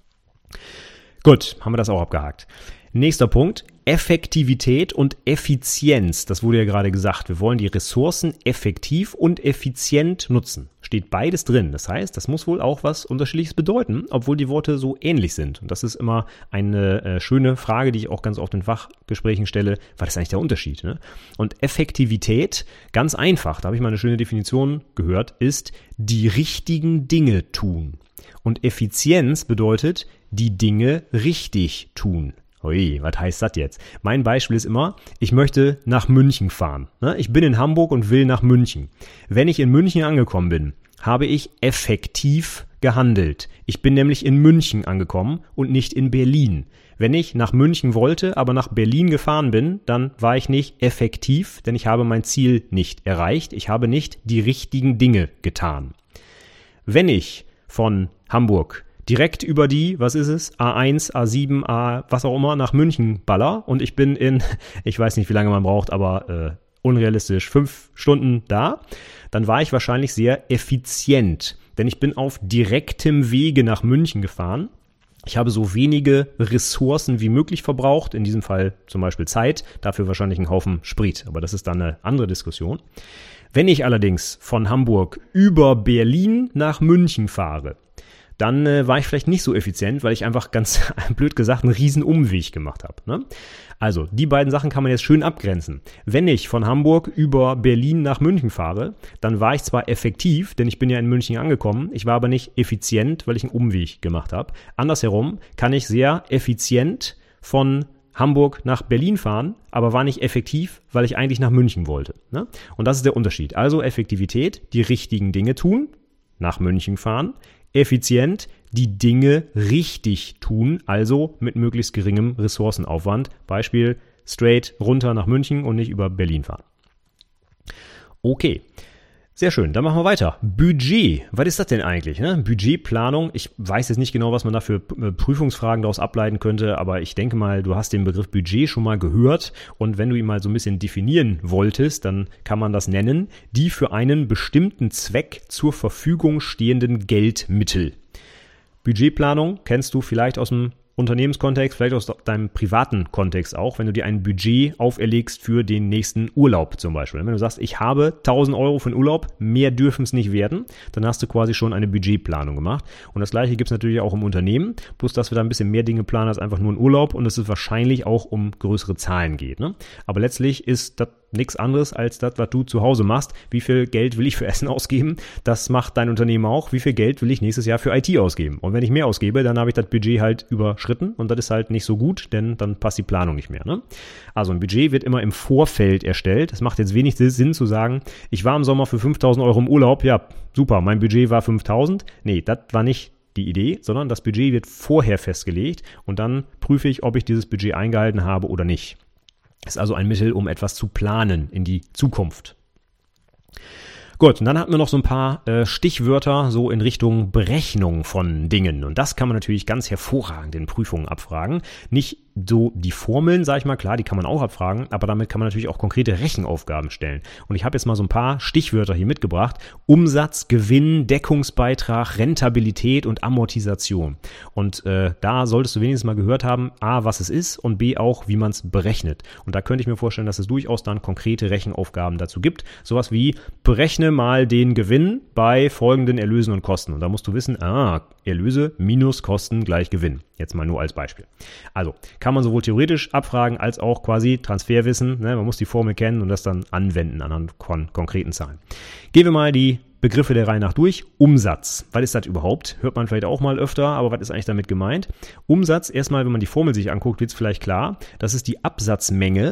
Gut, haben wir das auch abgehakt. Nächster Punkt, Effektivität und Effizienz. Das wurde ja gerade gesagt. Wir wollen die Ressourcen effektiv und effizient nutzen. Steht beides drin. Das heißt, das muss wohl auch was Unterschiedliches bedeuten, obwohl die Worte so ähnlich sind. Und das ist immer eine äh, schöne Frage, die ich auch ganz oft in Fachgesprächen stelle. Was ist eigentlich der Unterschied? Ne? Und Effektivität, ganz einfach, da habe ich mal eine schöne Definition gehört, ist die richtigen Dinge tun. Und Effizienz bedeutet, die Dinge richtig tun. Ui, was heißt das jetzt? Mein Beispiel ist immer, ich möchte nach München fahren. Ich bin in Hamburg und will nach München. Wenn ich in München angekommen bin, habe ich effektiv gehandelt. Ich bin nämlich in München angekommen und nicht in Berlin. Wenn ich nach München wollte, aber nach Berlin gefahren bin, dann war ich nicht effektiv, denn ich habe mein Ziel nicht erreicht. Ich habe nicht die richtigen Dinge getan. Wenn ich von Hamburg direkt über die, was ist es, A eins, A sieben, A, was auch immer, nach München baller und ich bin in, ich weiß nicht, wie lange man braucht, aber äh, unrealistisch, fünf Stunden da, dann war ich wahrscheinlich sehr effizient, denn ich bin auf direktem Wege nach München gefahren. Ich habe so wenige Ressourcen wie möglich verbraucht, in diesem Fall zum Beispiel Zeit, dafür wahrscheinlich einen Haufen Sprit, aber das ist dann eine andere Diskussion. Wenn ich allerdings von Hamburg über Berlin nach München fahre, dann äh, war ich vielleicht nicht so effizient, weil ich einfach ganz blöd gesagt einen riesen Umweg gemacht habe. Ne? Also die beiden Sachen kann man jetzt schön abgrenzen. Wenn ich von Hamburg über Berlin nach München fahre, dann war ich zwar effektiv, denn ich bin ja in München angekommen, ich war aber nicht effizient, weil ich einen Umweg gemacht habe. Andersherum kann ich sehr effizient von Hamburg nach Berlin fahren, aber war nicht effektiv, weil ich eigentlich nach München wollte. Ne? Und das ist der Unterschied. Also Effektivität, die richtigen Dinge tun, nach München fahren, effizient, die Dinge richtig tun, also mit möglichst geringem Ressourcenaufwand. Beispiel, straight runter nach München und nicht über Berlin fahren. Okay, Sehr schön, dann machen wir weiter. Budget, was ist das denn eigentlich? Ne? Budgetplanung, ich weiß jetzt nicht genau, was man da für Prüfungsfragen daraus ableiten könnte, aber ich denke mal, du hast den Begriff Budget schon mal gehört und wenn du ihn mal so ein bisschen definieren wolltest, dann kann man das nennen, die für einen bestimmten Zweck zur Verfügung stehenden Geldmittel. Budgetplanung kennst du vielleicht aus dem Unternehmenskontext, vielleicht aus deinem privaten Kontext auch, wenn du dir ein Budget auferlegst für den nächsten Urlaub zum Beispiel. Wenn du sagst, ich habe tausend Euro für den Urlaub, mehr dürfen es nicht werden, dann hast du quasi schon eine Budgetplanung gemacht. Und das Gleiche gibt es natürlich auch im Unternehmen, bloß dass wir da ein bisschen mehr Dinge planen als einfach nur einen Urlaub und dass es wahrscheinlich auch um größere Zahlen geht. Ne? Aber letztlich ist das nichts anderes als das, was du zu Hause machst. Wie viel Geld will ich für Essen ausgeben? Das macht dein Unternehmen auch. Wie viel Geld will ich nächstes Jahr für I T ausgeben? Und wenn ich mehr ausgebe, dann habe ich das Budget halt überschritten und das ist halt nicht so gut, denn dann passt die Planung nicht mehr. Ne? Also ein Budget wird immer im Vorfeld erstellt. Es macht jetzt wenig Sinn zu sagen, ich war im Sommer für fünftausend Euro im Urlaub. Ja, super, mein Budget war fünftausend. Nee, das war nicht die Idee, sondern das Budget wird vorher festgelegt und dann prüfe ich, ob ich dieses Budget eingehalten habe oder nicht. Ist also ein Mittel, um etwas zu planen in die Zukunft. Gut, und dann hatten wir noch so ein paar äh, Stichwörter so in Richtung Berechnung von Dingen. Und das kann man natürlich ganz hervorragend in Prüfungen abfragen. Nicht so die Formeln, sage ich mal, klar, die kann man auch abfragen, aber damit kann man natürlich auch konkrete Rechenaufgaben stellen. Und ich habe jetzt mal so ein paar Stichwörter hier mitgebracht. Umsatz, Gewinn, Deckungsbeitrag, Rentabilität und Amortisation. Und äh, da solltest du wenigstens mal gehört haben, A, was es ist und B, auch, wie man es berechnet. Und da könnte ich mir vorstellen, dass es durchaus dann konkrete Rechenaufgaben dazu gibt. Sowas wie, berechne mal den Gewinn bei folgenden Erlösen und Kosten. Und da musst du wissen, ah, Erlöse minus Kosten gleich Gewinn. Jetzt mal nur als Beispiel. Also kann man sowohl theoretisch abfragen als auch quasi Transferwissen. Ne? Man muss die Formel kennen und das dann anwenden anhand von konkreten Zahlen. Gehen wir mal die Begriffe der Reihe nach durch. Umsatz. Was ist das überhaupt? Hört man vielleicht auch mal öfter, aber was ist eigentlich damit gemeint? Umsatz, erstmal, wenn man die Formel sich anguckt, wird es vielleicht klar. Das ist die Absatzmenge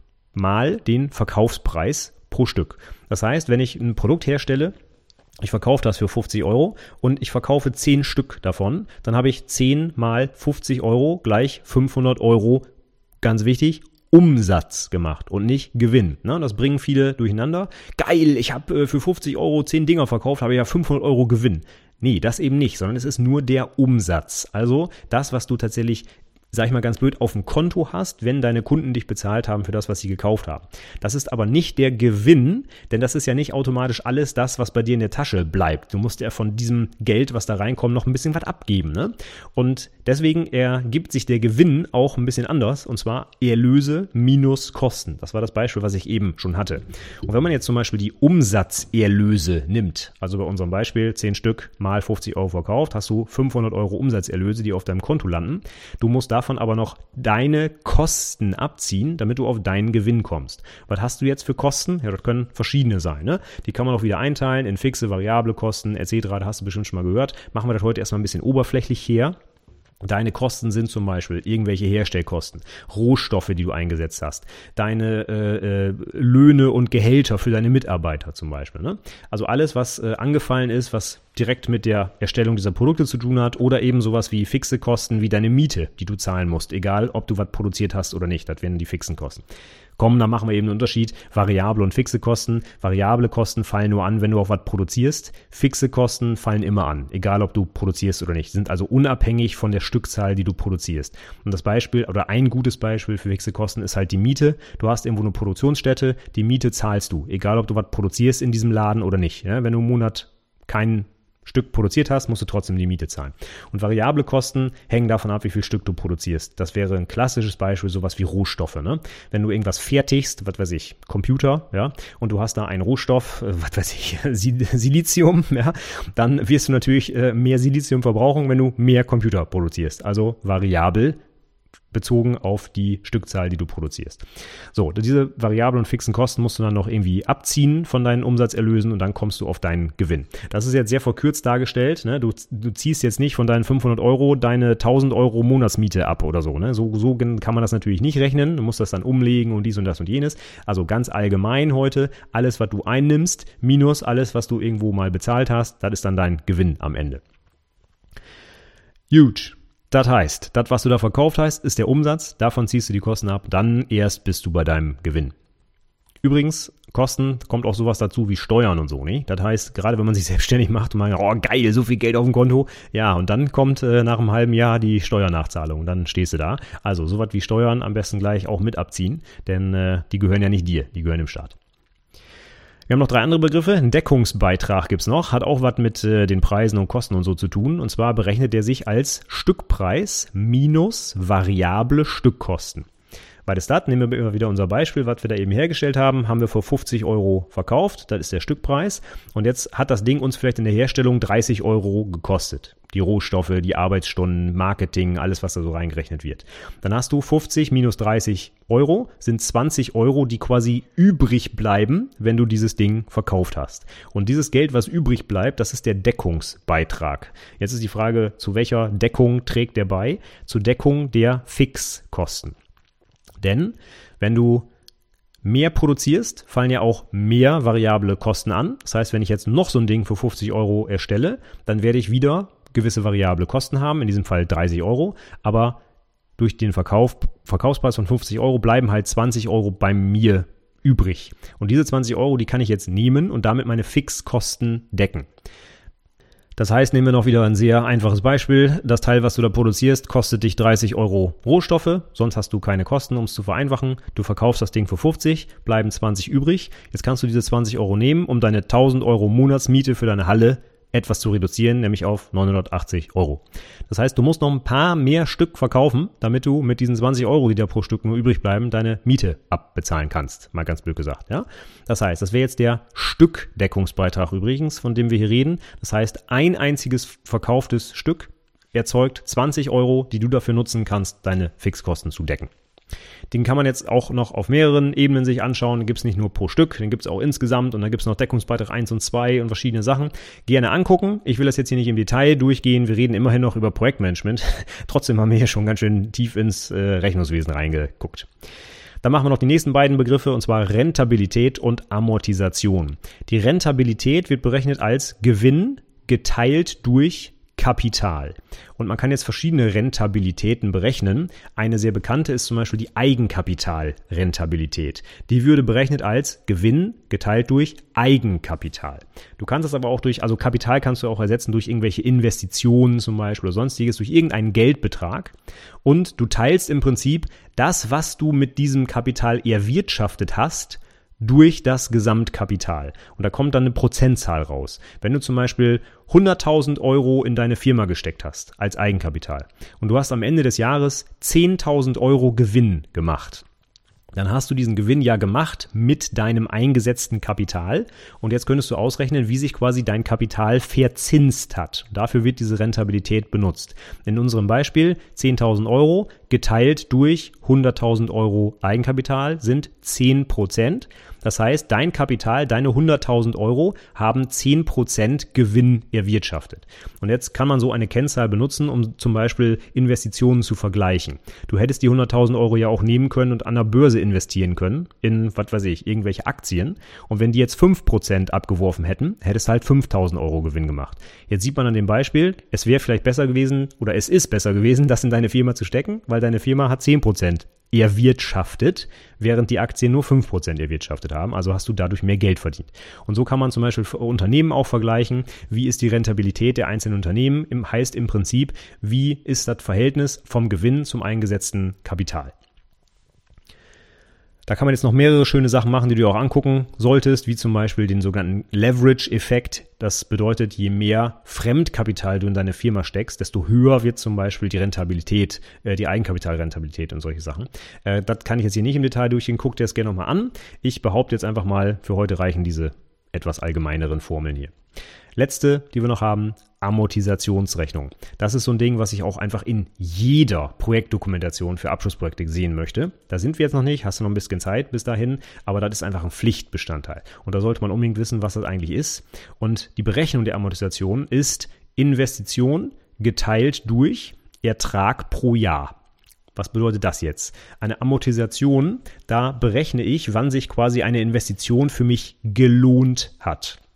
mal den Verkaufspreis pro Stück. Das heißt, wenn ich ein Produkt herstelle, ich verkaufe das für fünfzig Euro und ich verkaufe zehn Stück davon, dann habe ich zehn mal fünfzig Euro gleich fünfhundert Euro, ganz wichtig, Umsatz gemacht und nicht Gewinn. Ne? Das bringen viele durcheinander. Geil, ich habe äh, für fünfzig Euro zehn Dinger verkauft, habe ja fünfhundert Euro Gewinn. Nee, das eben nicht, sondern es ist nur der Umsatz. Also das, was du tatsächlich, sag ich mal ganz blöd, auf dem Konto hast, wenn deine Kunden dich bezahlt haben für das, was sie gekauft haben. Das ist aber nicht der Gewinn, denn das ist ja nicht automatisch alles das, was bei dir in der Tasche bleibt. Du musst ja von diesem Geld, was da reinkommt, noch ein bisschen was abgeben. Ne? Und deswegen ergibt sich der Gewinn auch ein bisschen anders, und zwar Erlöse minus Kosten. Das war das Beispiel, was ich eben schon hatte. Und wenn man jetzt zum Beispiel die Umsatzerlöse nimmt, also bei unserem Beispiel zehn Stück mal fünfzig Euro verkauft, hast du fünfhundert Euro Umsatzerlöse, die auf deinem Konto landen. Du musst davon aber noch deine Kosten abziehen, damit du auf deinen Gewinn kommst. Was hast du jetzt für Kosten? Ja, das können verschiedene sein. Ne? Die kann man auch wieder einteilen in fixe, variable Kosten et cetera. Da hast du bestimmt schon mal gehört. Machen wir das heute erstmal ein bisschen oberflächlich her. Deine Kosten sind zum Beispiel irgendwelche Herstellkosten, Rohstoffe, die du eingesetzt hast, deine äh, äh, Löhne und Gehälter für deine Mitarbeiter zum Beispiel. Ne? Also alles, was äh, angefallen ist, was direkt mit der Erstellung dieser Produkte zu tun hat oder eben sowas wie fixe Kosten, wie deine Miete, die du zahlen musst, egal ob du was produziert hast oder nicht, das wären die fixen Kosten. Komm, dann machen wir eben einen Unterschied, variable und fixe Kosten. Variable Kosten fallen nur an, wenn du auch was produzierst. Fixe Kosten fallen immer an, egal ob du produzierst oder nicht. Sind also unabhängig von der Stückzahl, die du produzierst. Und das Beispiel oder ein gutes Beispiel für fixe Kosten ist halt die Miete. Du hast irgendwo eine Produktionsstätte, die Miete zahlst du, egal ob du was produzierst in diesem Laden oder nicht. Ja, wenn du im Monat keinen Stück produziert hast, musst du trotzdem die Miete zahlen. Und variable Kosten hängen davon ab, wie viel Stück du produzierst. Das wäre ein klassisches Beispiel, sowas wie Rohstoffe. Ne? Wenn du irgendwas fertigst, was weiß ich, Computer, ja, und du hast da einen Rohstoff, was weiß ich, Silizium, ja, dann wirst du natürlich äh, mehr Silizium verbrauchen, wenn du mehr Computer produzierst. Also variabel bezogen auf die Stückzahl, die du produzierst. So, diese variablen und fixen Kosten musst du dann noch irgendwie abziehen von deinen Umsatzerlösen und dann kommst du auf deinen Gewinn. Das ist jetzt sehr verkürzt dargestellt. Ne? Du, du ziehst jetzt nicht von deinen fünfhundert Euro deine tausend Euro Monatsmiete ab oder so. Ne? So, so kann man das natürlich nicht rechnen. Du musst das dann umlegen und dies und das und jenes. Also ganz allgemein heute, alles, was du einnimmst, minus alles, was du irgendwo mal bezahlt hast, das ist dann dein Gewinn am Ende. Huge. Das heißt, das, was du da verkauft hast, ist der Umsatz, davon ziehst du die Kosten ab, dann erst bist du bei deinem Gewinn. Übrigens, Kosten kommt auch sowas dazu wie Steuern und so, nicht? Das heißt, gerade wenn man sich selbstständig macht und man sagt, oh geil, so viel Geld auf dem Konto, ja, und dann kommt äh, nach einem halben Jahr die Steuernachzahlung, dann stehst du da. Also sowas wie Steuern am besten gleich auch mit abziehen, denn äh, die gehören ja nicht dir, die gehören dem Staat. Wir haben noch drei andere Begriffe. Ein Deckungsbeitrag gibt's noch, hat auch was mit äh, den Preisen und Kosten und so zu tun. Und zwar berechnet der sich als Stückpreis minus variable Stückkosten. Bei der Start nehmen wir immer wieder unser Beispiel, was wir da eben hergestellt haben, haben wir für fünfzig Euro verkauft, das ist der Stückpreis. Und jetzt hat das Ding uns vielleicht in der Herstellung dreißig Euro gekostet. Die Rohstoffe, die Arbeitsstunden, Marketing, alles, was da so reingerechnet wird. Dann hast du fünfzig minus dreißig Euro, sind zwanzig Euro, die quasi übrig bleiben, wenn du dieses Ding verkauft hast. Und dieses Geld, was übrig bleibt, das ist der Deckungsbeitrag. Jetzt ist die Frage, zu welcher Deckung trägt der bei? Zur Deckung der Fixkosten. Denn wenn du mehr produzierst, fallen ja auch mehr variable Kosten an. Das heißt, wenn ich jetzt noch so ein Ding für fünfzig Euro erstelle, dann werde ich wieder gewisse variable Kosten haben, in diesem Fall dreißig Euro, aber durch den Verkauf, Verkaufspreis von fünfzig Euro bleiben halt zwanzig Euro bei mir übrig. Und diese zwanzig Euro, die kann ich jetzt nehmen und damit meine Fixkosten decken. Das heißt, nehmen wir noch wieder ein sehr einfaches Beispiel. Das Teil, was du da produzierst, kostet dich dreißig Euro Rohstoffe, sonst hast du keine Kosten, um es zu vereinfachen. Du verkaufst das Ding für fünfzig, bleiben zwanzig übrig. Jetzt kannst du diese zwanzig Euro nehmen, um deine tausend Euro Monatsmiete für deine Halle etwas zu reduzieren, nämlich auf neunhundertachtzig Euro. Das heißt, du musst noch ein paar mehr Stück verkaufen, damit du mit diesen zwanzig Euro, die da pro Stück nur übrig bleiben, deine Miete abbezahlen kannst. Mal ganz blöd gesagt, ja. Das heißt, das wäre jetzt der Stückdeckungsbeitrag übrigens, von dem wir hier reden. Das heißt, ein einziges verkauftes Stück erzeugt zwanzig Euro, die du dafür nutzen kannst, deine Fixkosten zu decken. Den kann man jetzt auch noch auf mehreren Ebenen sich anschauen. Den gibt es nicht nur pro Stück, den gibt es auch insgesamt und dann gibt es noch Deckungsbeitrag eins und zwei und verschiedene Sachen. Gerne angucken. Ich will das jetzt hier nicht im Detail durchgehen. Wir reden immerhin noch über Projektmanagement. Trotzdem haben wir hier schon ganz schön tief ins äh, Rechnungswesen reingeguckt. Dann machen wir noch die nächsten beiden Begriffe, und zwar Rentabilität und Amortisation. Die Rentabilität wird berechnet als Gewinn geteilt durch Kapital. Und man kann jetzt verschiedene Rentabilitäten berechnen. Eine sehr bekannte ist zum Beispiel die Eigenkapitalrentabilität. Die würde berechnet als Gewinn geteilt durch Eigenkapital. Du kannst das aber auch durch, also Kapital kannst du auch ersetzen durch irgendwelche Investitionen zum Beispiel oder sonstiges, durch irgendeinen Geldbetrag. Und du teilst im Prinzip das, was du mit diesem Kapital erwirtschaftet hast, durch das Gesamtkapital. Und da kommt dann eine Prozentzahl raus. Wenn du zum Beispiel hunderttausend Euro in deine Firma gesteckt hast als Eigenkapital und du hast am Ende des Jahres zehntausend Euro Gewinn gemacht, dann hast du diesen Gewinn ja gemacht mit deinem eingesetzten Kapital und jetzt könntest du ausrechnen, wie sich quasi dein Kapital verzinst hat. Dafür wird diese Rentabilität benutzt. In unserem Beispiel zehntausend Euro geteilt durch hunderttausend Euro Eigenkapital sind zehn Prozent. Das heißt, dein Kapital, deine hunderttausend Euro haben zehn Prozent Gewinn erwirtschaftet. Und jetzt kann man so eine Kennzahl benutzen, um zum Beispiel Investitionen zu vergleichen. Du hättest die hunderttausend Euro ja auch nehmen können und an der Börse investieren können, in, was weiß ich, irgendwelche Aktien. Und wenn die jetzt fünf Prozent abgeworfen hätten, hättest du halt fünftausend Euro Gewinn gemacht. Jetzt sieht man an dem Beispiel, es wäre vielleicht besser gewesen, oder es ist besser gewesen, das in deine Firma zu stecken, weil deine Firma hat zehn Prozent erwirtschaftet, während die Aktien nur fünf Prozent erwirtschaftet haben. Also hast du dadurch mehr Geld verdient. Und so kann man zum Beispiel für Unternehmen auch vergleichen, wie ist die Rentabilität der einzelnen Unternehmen, im, heißt im Prinzip, wie ist das Verhältnis vom Gewinn zum eingesetzten Kapital. Da kann man jetzt noch mehrere schöne Sachen machen, die du auch angucken solltest, wie zum Beispiel den sogenannten Leverage-Effekt. Das bedeutet, je mehr Fremdkapital du in deine Firma steckst, desto höher wird zum Beispiel die Rentabilität, äh, die Eigenkapitalrentabilität und solche Sachen. Äh, das kann ich jetzt hier nicht im Detail durchgehen. Guck dir das gerne nochmal an. Ich behaupte jetzt einfach mal, für heute reichen diese etwas allgemeineren Formeln hier. Letzte, die wir noch haben, Amortisationsrechnung. Das ist so ein Ding, was ich auch einfach in jeder Projektdokumentation für Abschlussprojekte sehen möchte. Da sind wir jetzt noch nicht, hast du noch ein bisschen Zeit bis dahin, aber das ist einfach ein Pflichtbestandteil. Und da sollte man unbedingt wissen, was das eigentlich ist. Und die Berechnung der Amortisation ist Investition geteilt durch Ertrag pro Jahr. Was bedeutet das jetzt? Eine Amortisation, da berechne ich, wann sich quasi eine Investition für mich gelohnt hat.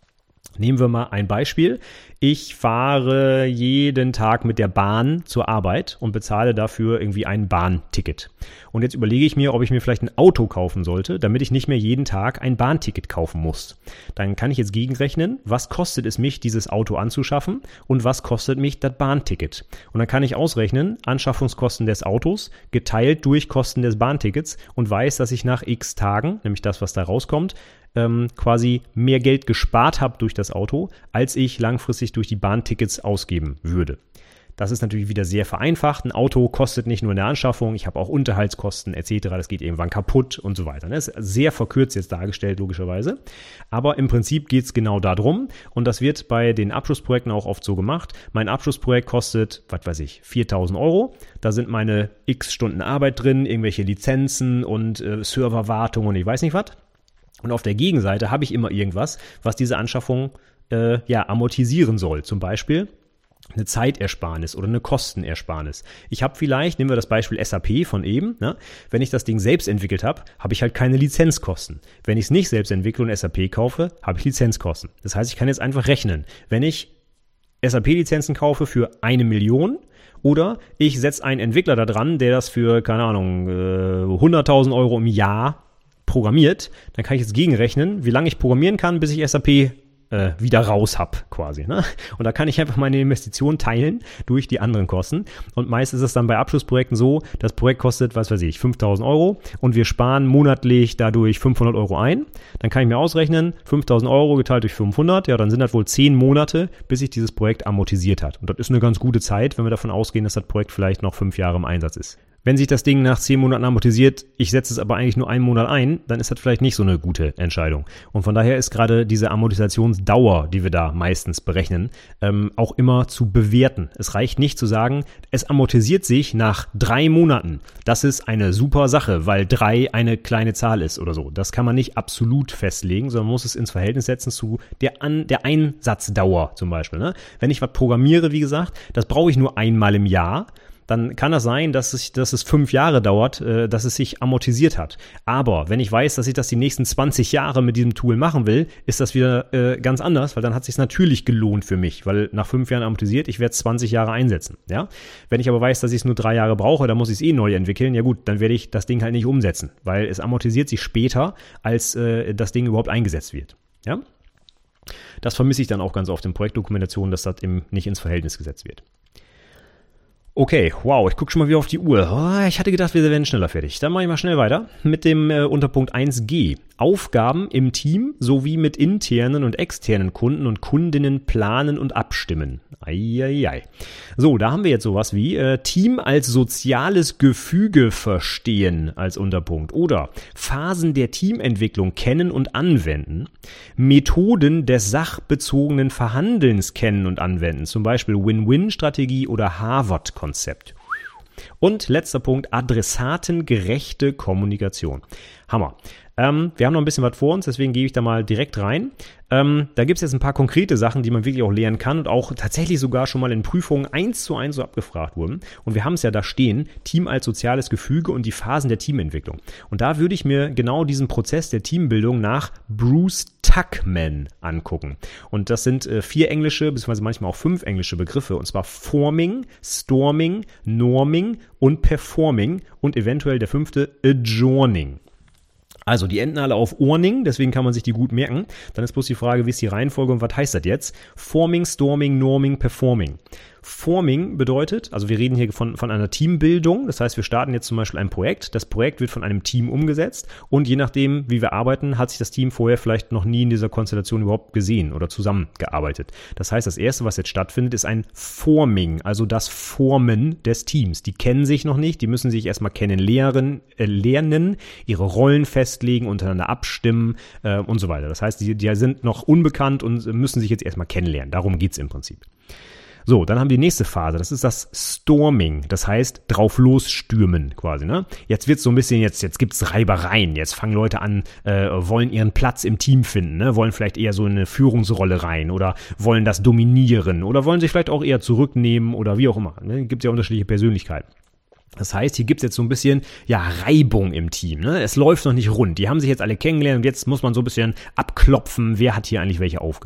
Nehmen wir mal ein Beispiel. Ich fahre jeden Tag mit der Bahn zur Arbeit und bezahle dafür irgendwie ein Bahnticket. Und jetzt überlege ich mir, ob ich mir vielleicht ein Auto kaufen sollte, damit ich nicht mehr jeden Tag ein Bahnticket kaufen muss. Dann kann ich jetzt gegenrechnen, was kostet es mich, dieses Auto anzuschaffen und was kostet mich das Bahnticket. Und dann kann ich ausrechnen, Anschaffungskosten des Autos geteilt durch Kosten des Bahntickets und weiß, dass ich nach x Tagen, nämlich das, was da rauskommt, ähm, quasi mehr Geld gespart habe durch das Auto, als ich langfristig durch die Bahntickets ausgeben würde. Das ist natürlich wieder sehr vereinfacht. Ein Auto kostet nicht nur in der Anschaffung, ich habe auch Unterhaltskosten et cetera. Das geht irgendwann kaputt und so weiter. Das ist sehr verkürzt jetzt dargestellt, logischerweise. Aber im Prinzip geht es genau darum. Und das wird bei den Abschlussprojekten auch oft so gemacht. Mein Abschlussprojekt kostet, was weiß ich, viertausend Euro. Da sind meine x Stunden Arbeit drin, irgendwelche Lizenzen und äh, Serverwartung und ich weiß nicht was. Und auf der Gegenseite habe ich immer irgendwas, was diese Anschaffung äh, ja, amortisieren soll. Zum Beispiel eine Zeitersparnis oder eine Kostenersparnis. Ich habe vielleicht, nehmen wir das Beispiel S A P von eben, ne? Wenn ich das Ding selbst entwickelt habe, habe ich halt keine Lizenzkosten. Wenn ich es nicht selbst entwickle und S A P kaufe, habe ich Lizenzkosten. Das heißt, ich kann jetzt einfach rechnen. Wenn ich S A P-Lizenzen kaufe für eine Million oder ich setze einen Entwickler da dran, der das für, keine Ahnung, äh, hunderttausend Euro im Jahr programmiert, dann kann ich jetzt gegenrechnen, wie lange ich programmieren kann, bis ich S A P äh, wieder raus hab, quasi. Ne? Und da kann ich einfach meine Investition teilen durch die anderen Kosten. Und meist ist es dann bei Abschlussprojekten so, das Projekt kostet, was weiß ich, fünftausend Euro und wir sparen monatlich dadurch fünfhundert Euro ein. Dann kann ich mir ausrechnen, fünftausend Euro geteilt durch fünfhundert, ja, dann sind das wohl zehn Monate, bis sich dieses Projekt amortisiert hat. Und das ist eine ganz gute Zeit, wenn wir davon ausgehen, dass das Projekt vielleicht noch fünf Jahre im Einsatz ist. Wenn sich das Ding nach zehn Monaten amortisiert, ich setze es aber eigentlich nur einen Monat ein, dann ist das vielleicht nicht so eine gute Entscheidung. Und von daher ist gerade diese Amortisationsdauer, die wir da meistens berechnen, ähm, auch immer zu bewerten. Es reicht nicht zu sagen, es amortisiert sich nach drei Monaten. Das ist eine super Sache, weil drei eine kleine Zahl ist oder so. Das kann man nicht absolut festlegen, sondern man muss es ins Verhältnis setzen zu der, An- der Einsatzdauer zum Beispiel. Ne? Wenn ich was programmiere, wie gesagt, das brauche ich nur einmal im Jahr. Dann kann das sein, dass es, dass es fünf Jahre dauert, äh, dass es sich amortisiert hat. Aber wenn ich weiß, dass ich das die nächsten zwanzig Jahre mit diesem Tool machen will, ist das wieder äh, ganz anders, weil dann hat es sich natürlich gelohnt für mich, weil nach fünf Jahren amortisiert, ich werde zwanzig Jahre einsetzen. Ja? Wenn ich aber weiß, dass ich es nur drei Jahre brauche, dann muss ich es eh neu entwickeln. Ja gut, dann werde ich das Ding halt nicht umsetzen, weil es amortisiert sich später, als äh, das Ding überhaupt eingesetzt wird. Ja? Das vermisse ich dann auch ganz oft in Projektdokumentationen, dass das eben nicht ins Verhältnis gesetzt wird. Okay, wow, ich gucke schon mal wieder auf die Uhr. Oh, ich hatte gedacht, wir werden schneller fertig. Dann mache ich mal schnell weiter mit dem äh, Unterpunkt eins G. Aufgaben im Team sowie mit internen und externen Kunden und Kundinnen planen und abstimmen. Eieiei. So, da haben wir jetzt sowas wie äh, Team als soziales Gefüge verstehen als Unterpunkt oder Phasen der Teamentwicklung kennen und anwenden, Methoden des sachbezogenen Verhandelns kennen und anwenden, zum Beispiel Win-Win-Strategie oder Harvard-Konzept. Und letzter Punkt, adressatengerechte Kommunikation. Hammer. Ähm, wir haben noch ein bisschen was vor uns, deswegen gehe ich da mal direkt rein. Ähm, da gibt es jetzt ein paar konkrete Sachen, die man wirklich auch lernen kann und auch tatsächlich sogar schon mal in Prüfungen eins zu eins so abgefragt wurden. Und wir haben es ja da stehen, Team als soziales Gefüge und die Phasen der Teamentwicklung. Und da würde ich mir genau diesen Prozess der Teambildung nach Bruce Tuckman angucken. Und das sind äh, vier englische, beziehungsweise manchmal auch fünf englische Begriffe, und zwar Forming, Storming, Norming und Performing und eventuell der fünfte Adjourning. Also, die enden alle auf Orning, deswegen kann man sich die gut merken. Dann ist bloß die Frage, wie ist die Reihenfolge und was heißt das jetzt? Forming, Storming, Norming, Performing. Forming bedeutet, also wir reden hier von, von einer Teambildung, das heißt, wir starten jetzt zum Beispiel ein Projekt, das Projekt wird von einem Team umgesetzt und je nachdem, wie wir arbeiten, hat sich das Team vorher vielleicht noch nie in dieser Konstellation überhaupt gesehen oder zusammengearbeitet. Das heißt, das Erste, was jetzt stattfindet, ist ein Forming, also das Formen des Teams. Die kennen sich noch nicht, die müssen sich erstmal kennenlernen, äh, lernen, ihre Rollen festlegen, untereinander abstimmen äh, und so weiter. Das heißt, die, die sind noch unbekannt und müssen sich jetzt erstmal kennenlernen. Darum geht's im Prinzip. So, dann haben wir die nächste Phase, das ist das Storming, das heißt drauf losstürmen quasi, ne? Jetzt wird's so ein bisschen, jetzt jetzt gibt's Reibereien, jetzt fangen Leute an, äh, wollen ihren Platz im Team finden, ne? Wollen vielleicht eher so in eine Führungsrolle rein oder wollen das dominieren oder wollen sich vielleicht auch eher zurücknehmen oder wie auch immer, ne? Gibt ja unterschiedliche Persönlichkeiten. Das heißt, hier gibt's jetzt so ein bisschen, ja, Reibung im Team, ne? Es läuft noch nicht rund. Die haben sich jetzt alle kennengelernt und jetzt muss man so ein bisschen abklopfen, wer hat hier eigentlich welche Aufgabe.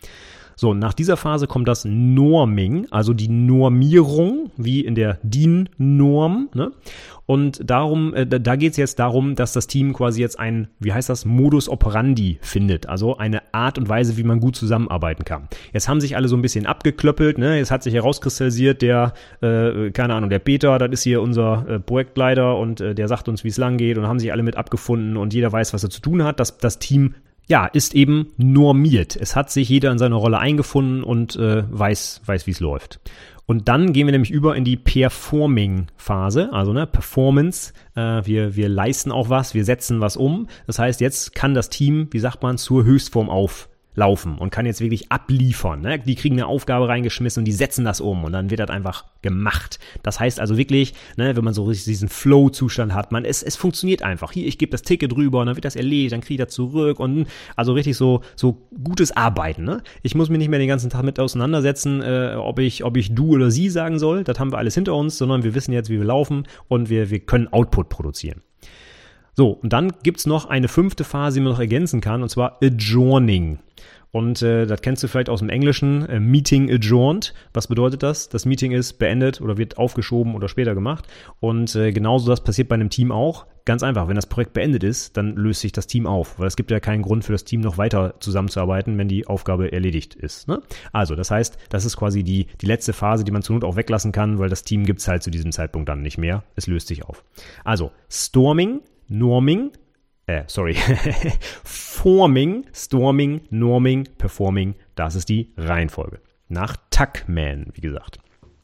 So, nach dieser Phase kommt das Norming, also die Normierung, wie in der D I N-Norm, ne? Und darum, äh, da geht es jetzt darum, dass das Team quasi jetzt ein, wie heißt das, Modus operandi findet, also eine Art und Weise, wie man gut zusammenarbeiten kann. Jetzt haben sich alle so ein bisschen abgeklöppelt, ne? Jetzt hat sich herauskristallisiert, der, äh, keine Ahnung, der Peter, das ist hier unser äh, Projektleiter und äh, der sagt uns, wie es lang geht und haben sich alle mit abgefunden und jeder weiß, was er zu tun hat. Das, das Team Ja, ist eben normiert. Es hat sich jeder in seine Rolle eingefunden und äh, weiß, weiß, wie es läuft. Und dann gehen wir nämlich über in die Performing-Phase, also ne, Performance. Äh, wir, wir leisten auch was, wir setzen was um. Das heißt, jetzt kann das Team, wie sagt man, zur Höchstform auflaufen und kann jetzt wirklich abliefern. Ne? Die kriegen eine Aufgabe reingeschmissen und die setzen das um und dann wird das einfach gemacht. Das heißt also wirklich, ne, wenn man so richtig diesen Flow-Zustand hat, man, es, es funktioniert einfach. Hier, ich gebe das Ticket rüber und dann wird das erledigt, dann kriege ich das zurück und also richtig so, so gutes Arbeiten. Ne? Ich muss mich nicht mehr den ganzen Tag mit auseinandersetzen, äh, ob ich, ob ich du oder sie sagen soll. Das haben wir alles hinter uns, sondern wir wissen jetzt, wie wir laufen und wir, wir können Output produzieren. So, und dann gibt's noch eine fünfte Phase, die man noch ergänzen kann, und zwar Adjourning. Und äh, das kennst du vielleicht aus dem Englischen, äh, Meeting adjourned. Was bedeutet das? Das Meeting ist beendet oder wird aufgeschoben oder später gemacht. Und äh, genauso das passiert bei einem Team auch. Ganz einfach, wenn das Projekt beendet ist, dann löst sich das Team auf. Weil es gibt ja keinen Grund für das Team noch weiter zusammenzuarbeiten, wenn die Aufgabe erledigt ist. Ne? Also das heißt, das ist quasi die, die letzte Phase, die man zur Not auch weglassen kann, weil das Team gibt's halt zu diesem Zeitpunkt dann nicht mehr. Es löst sich auf. Also Storming, Norming, Äh, sorry, Forming, Storming, Norming, Performing, das ist die Reihenfolge. Nach Tuckman, wie gesagt.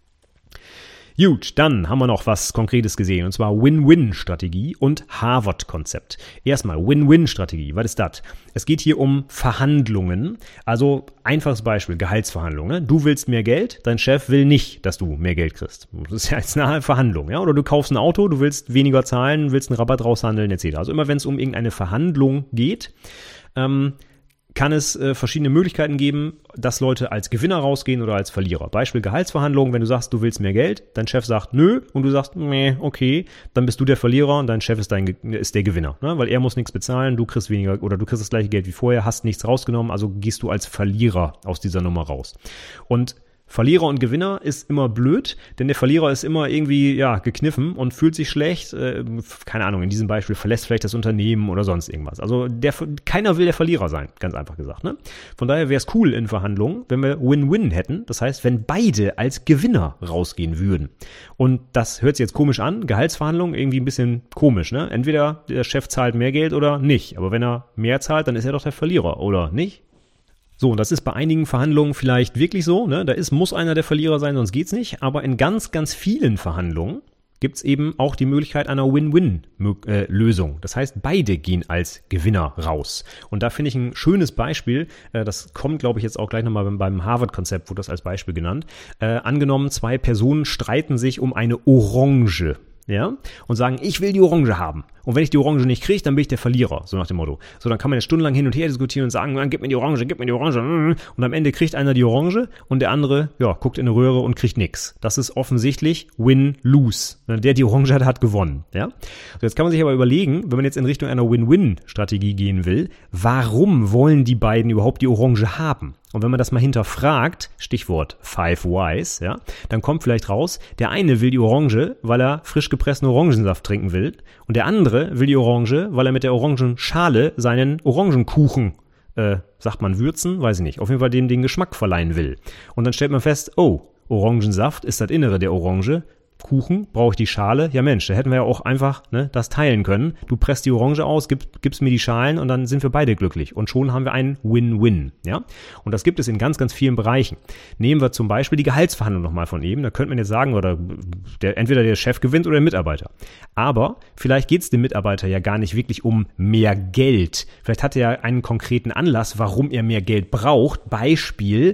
Gut, dann haben wir noch was Konkretes gesehen, und zwar Win-Win-Strategie und Harvard-Konzept. Erstmal Win-Win-Strategie, was ist das? Es geht hier um Verhandlungen, also einfaches Beispiel, Gehaltsverhandlungen. Ne? Du willst mehr Geld, dein Chef will nicht, dass du mehr Geld kriegst. Das ist ja jetzt eine Verhandlung, ja? Oder du kaufst ein Auto, du willst weniger zahlen, willst einen Rabatt raushandeln, et cetera. Also immer wenn es um irgendeine Verhandlung geht, ähm, kann es äh, verschiedene Möglichkeiten geben, dass Leute als Gewinner rausgehen oder als Verlierer. Beispiel Gehaltsverhandlungen, wenn du sagst, du willst mehr Geld, dein Chef sagt nö und du sagst, nee, okay, dann bist du der Verlierer und dein Chef ist, dein, ist der Gewinner. Ne? Weil er muss nichts bezahlen, du kriegst weniger oder du kriegst das gleiche Geld wie vorher, hast nichts rausgenommen, also gehst du als Verlierer aus dieser Nummer raus. Und Verlierer und Gewinner ist immer blöd, denn der Verlierer ist immer irgendwie ja gekniffen und fühlt sich schlecht. Äh, keine Ahnung, in diesem Beispiel verlässt vielleicht das Unternehmen oder sonst irgendwas. Also der, keiner will der Verlierer sein, ganz einfach gesagt. Ne? Von daher wäre es cool in Verhandlungen, wenn wir Win-Win hätten. Das heißt, wenn beide als Gewinner rausgehen würden. Und das hört sich jetzt komisch an. Gehaltsverhandlungen irgendwie ein bisschen komisch. Ne? Entweder der Chef zahlt mehr Geld oder nicht. Aber wenn er mehr zahlt, dann ist er doch der Verlierer, oder nicht? So, und das ist bei einigen Verhandlungen vielleicht wirklich so, ne? Da ist, muss einer der Verlierer sein, sonst geht's nicht. Aber in ganz, ganz vielen Verhandlungen gibt's eben auch die Möglichkeit einer Win-Win-Lösung. Das heißt, beide gehen als Gewinner raus. Und da finde ich ein schönes Beispiel, äh, das kommt, glaube ich, jetzt auch gleich nochmal beim, beim Harvard-Konzept, wurde das als Beispiel genannt. Äh, angenommen, zwei Personen streiten sich um eine Orange. Ja, und sagen, ich will die Orange haben. Und wenn ich die Orange nicht kriege, dann bin ich der Verlierer, so nach dem Motto. So, dann kann man jetzt stundenlang hin und her diskutieren und sagen, gib mir die Orange, gib mir die Orange. Und am Ende kriegt einer die Orange und der andere, ja, guckt in eine Röhre und kriegt nichts. Das ist offensichtlich Win-Lose. Der die Orange hat, hat gewonnen. Ja, so, jetzt kann man sich aber überlegen, wenn man jetzt in Richtung einer Win-Win-Strategie gehen will, warum wollen die beiden überhaupt die Orange haben? Und wenn man das mal hinterfragt, Stichwort Five Whys, ja, dann kommt vielleicht raus, der eine will die Orange, weil er frisch gepressten Orangensaft trinken will und der andere will die Orange, weil er mit der Orangenschale seinen Orangenkuchen, äh, sagt man würzen, weiß ich nicht, auf jeden Fall dem den Geschmack verleihen will. Und dann stellt man fest, oh, Orangensaft ist das Innere der Orange, Kuchen, brauche ich die Schale? Ja Mensch, da hätten wir ja auch einfach ne, das teilen können. Du presst die Orange aus, gib, gibst mir die Schalen und dann sind wir beide glücklich. Und schon haben wir einen Win-Win. Ja? Und das gibt es in ganz, ganz vielen Bereichen. Nehmen wir zum Beispiel die Gehaltsverhandlung nochmal von eben. Da könnte man jetzt sagen, oder der, entweder der Chef gewinnt oder der Mitarbeiter. Aber vielleicht geht es dem Mitarbeiter ja gar nicht wirklich um mehr Geld. Vielleicht hat er ja einen konkreten Anlass, warum er mehr Geld braucht. Beispiel,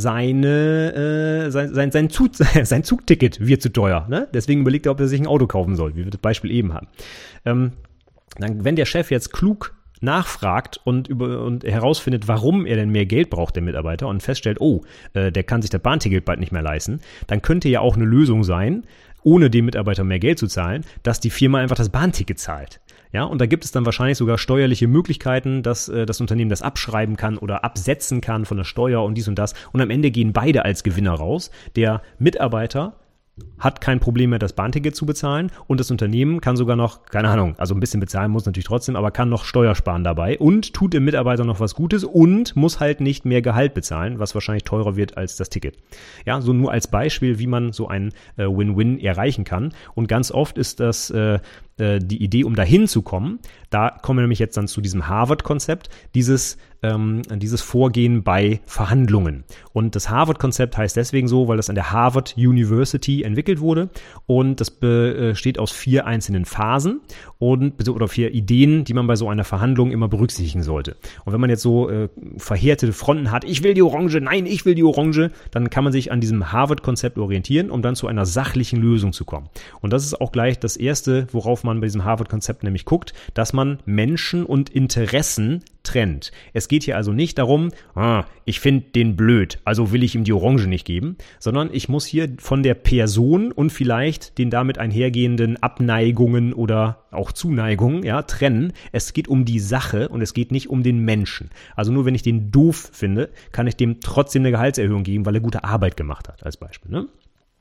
seine äh, sein, sein, sein, Zug, sein Zugticket wird zu teuer. Ne? Deswegen überlegt er, ob er sich ein Auto kaufen soll, wie wir das Beispiel eben hatten. Ähm, dann, wenn der Chef jetzt klug nachfragt und über und herausfindet, warum er denn mehr Geld braucht, der Mitarbeiter, und feststellt, oh, äh, der kann sich das Bahnticket bald nicht mehr leisten, dann könnte ja auch eine Lösung sein, ohne dem Mitarbeiter mehr Geld zu zahlen, dass die Firma einfach das Bahnticket zahlt. Ja, und da gibt es dann wahrscheinlich sogar steuerliche Möglichkeiten, dass äh, das Unternehmen das abschreiben kann oder absetzen kann von der Steuer und dies und das. Und am Ende gehen beide als Gewinner raus. Der Mitarbeiter hat kein Problem mehr, das Bahnticket zu bezahlen und das Unternehmen kann sogar noch, keine Ahnung, also ein bisschen bezahlen muss natürlich trotzdem, aber kann noch Steuer sparen dabei und tut dem Mitarbeiter noch was Gutes und muss halt nicht mehr Gehalt bezahlen, was wahrscheinlich teurer wird als das Ticket. Ja, so nur als Beispiel, wie man so ein äh, Win-Win erreichen kann. Und ganz oft ist das äh, äh, die Idee, um dahin zu kommen, da kommen wir nämlich jetzt dann zu diesem Harvard-Konzept, dieses ähm, dieses Vorgehen bei Verhandlungen. Und das Harvard-Konzept heißt deswegen so, weil das an der Harvard University entwickelt wurde und das besteht aus vier einzelnen Phasen und oder vier Ideen, die man bei so einer Verhandlung immer berücksichtigen sollte. Und wenn man jetzt so äh, verhärtete Fronten hat, ich will die Orange, nein, ich will die Orange, dann kann man sich an diesem Harvard-Konzept orientieren, um dann zu einer sachlichen Lösung zu kommen. Und das ist auch gleich das Erste, worauf man bei diesem Harvard-Konzept nämlich guckt, dass man Menschen und Interessen trennt. Es geht hier also nicht darum, ah, ich finde den blöd, also will ich ihm die Orange nicht geben, sondern ich muss hier von der Person und vielleicht den damit einhergehenden Abneigungen oder auch Zuneigungen, ja, trennen. Es geht um die Sache und es geht nicht um den Menschen. Also nur wenn ich den doof finde, kann ich dem trotzdem eine Gehaltserhöhung geben, weil er gute Arbeit gemacht hat, als Beispiel, ne?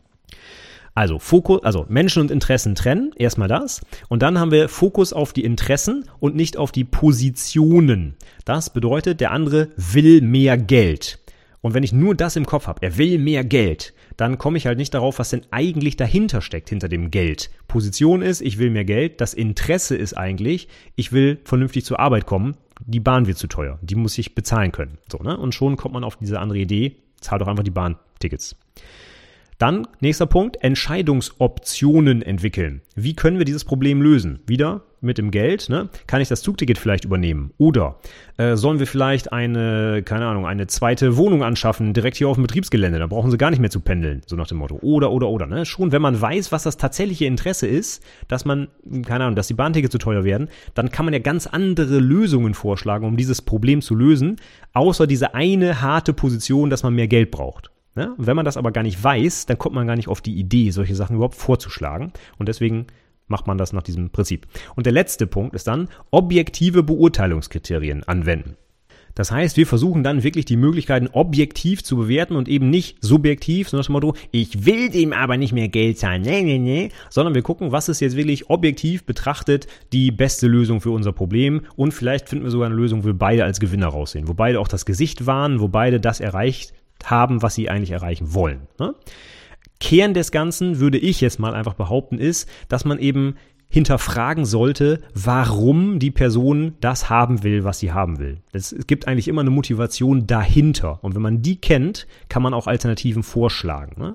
Also Fokus, also Menschen und Interessen trennen, erstmal das. Und dann haben wir Fokus auf die Interessen und nicht auf die Positionen. Das bedeutet, der andere will mehr Geld. Und wenn ich nur das im Kopf habe, er will mehr Geld, dann komme ich halt nicht darauf, was denn eigentlich dahinter steckt, hinter dem Geld. Position ist, ich will mehr Geld. Das Interesse ist eigentlich, ich will vernünftig zur Arbeit kommen. Die Bahn wird zu teuer. Die muss ich bezahlen können. So, ne? Und schon kommt man auf diese andere Idee, zahl doch einfach die Bahntickets. Dann, nächster Punkt, Entscheidungsoptionen entwickeln. Wie können wir dieses Problem lösen? Wieder mit dem Geld, ne? Kann ich das Zugticket vielleicht übernehmen? Oder äh, sollen wir vielleicht eine, keine Ahnung, eine zweite Wohnung anschaffen, direkt hier auf dem Betriebsgelände? Da brauchen sie gar nicht mehr zu pendeln, so nach dem Motto. Oder, oder, oder, ne? Schon, wenn man weiß, was das tatsächliche Interesse ist, dass man, keine Ahnung, dass die Bahntickets zu teuer werden, dann kann man ja ganz andere Lösungen vorschlagen, um dieses Problem zu lösen, außer diese eine harte Position, dass man mehr Geld braucht. Ja, wenn man das aber gar nicht weiß, dann kommt man gar nicht auf die Idee, solche Sachen überhaupt vorzuschlagen. Und deswegen macht man das nach diesem Prinzip. Und der letzte Punkt ist dann objektive Beurteilungskriterien anwenden. Das heißt, wir versuchen dann wirklich die Möglichkeiten objektiv zu bewerten und eben nicht subjektiv, so nach dem Motto, ich will dem aber nicht mehr Geld zahlen, nee, nee, nee, sondern wir gucken, was ist jetzt wirklich objektiv betrachtet die beste Lösung für unser Problem und vielleicht finden wir sogar eine Lösung, wo wir beide als Gewinner raussehen, wo beide auch das Gesicht wahren, wo beide das erreicht haben, was sie eigentlich erreichen wollen. Ne? Kern des Ganzen, würde ich jetzt mal einfach behaupten, ist, dass man eben hinterfragen sollte, warum die Person das haben will, was sie haben will. Es gibt eigentlich immer eine Motivation dahinter. Und wenn man die kennt, kann man auch Alternativen vorschlagen. Ne?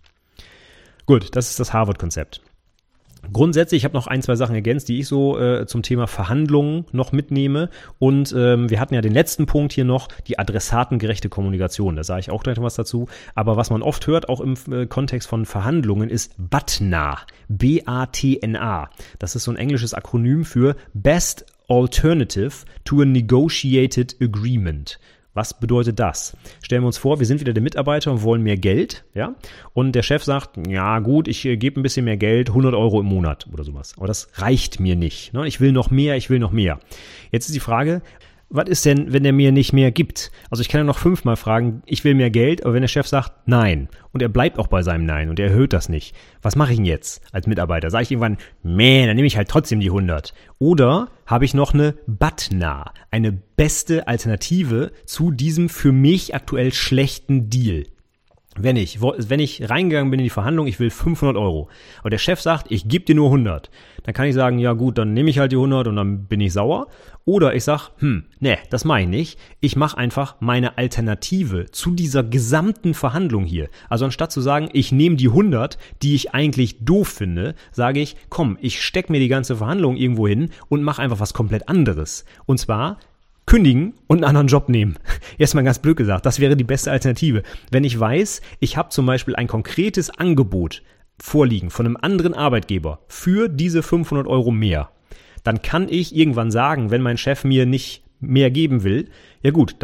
Gut, das ist das Harvard-Konzept. Grundsätzlich, ich habe noch ein, zwei Sachen ergänzt, die ich so äh, zum Thema Verhandlungen noch mitnehme. Und ähm, wir hatten ja den letzten Punkt hier noch, die adressatengerechte Kommunikation. Da sage ich auch gleich noch was dazu. Aber was man oft hört, auch im äh, Kontext von Verhandlungen, ist B A T N A. B A T N A. Das ist so ein englisches Akronym für Best Alternative to a Negotiated Agreement. Was bedeutet das? Stellen wir uns vor, wir sind wieder der Mitarbeiter und wollen mehr Geld, ja? Und der Chef sagt, ja gut, ich äh, gebe ein bisschen mehr Geld, hundert Euro im Monat oder sowas. Aber das reicht mir nicht. Ne? Ich will noch mehr, ich will noch mehr. Jetzt ist die Frage, was ist denn, wenn der mir nicht mehr gibt? Also ich kann ja noch fünfmal fragen, ich will mehr Geld, aber wenn der Chef sagt Nein und er bleibt auch bei seinem Nein und er erhöht das nicht, was mache ich denn jetzt als Mitarbeiter? Sage ich irgendwann, meh, dann nehme ich halt trotzdem die hundert. Oder habe ich noch eine B A T N A, eine beste Alternative zu diesem für mich aktuell schlechten Deal? Wenn ich, wenn ich reingegangen bin in die Verhandlung, ich will fünfhundert Euro, aber der Chef sagt, ich gebe dir nur hundert, dann kann ich sagen, ja gut, dann nehme ich halt die hundert und dann bin ich sauer. Oder ich sage, hm, nee, das mache ich nicht. Ich mache einfach meine Alternative zu dieser gesamten Verhandlung hier. Also anstatt zu sagen, ich nehme die hundert, die ich eigentlich doof finde, sage ich, komm, ich stecke mir die ganze Verhandlung irgendwo hin und mache einfach was komplett anderes. Und zwar kündigen und einen anderen Job nehmen. Erstmal ganz blöd gesagt, das wäre die beste Alternative. Wenn ich weiß, ich habe zum Beispiel ein konkretes Angebot vorliegen von einem anderen Arbeitgeber für diese fünfhundert Euro mehr, dann kann ich irgendwann sagen, wenn mein Chef mir nicht mehr geben will, ja gut, dann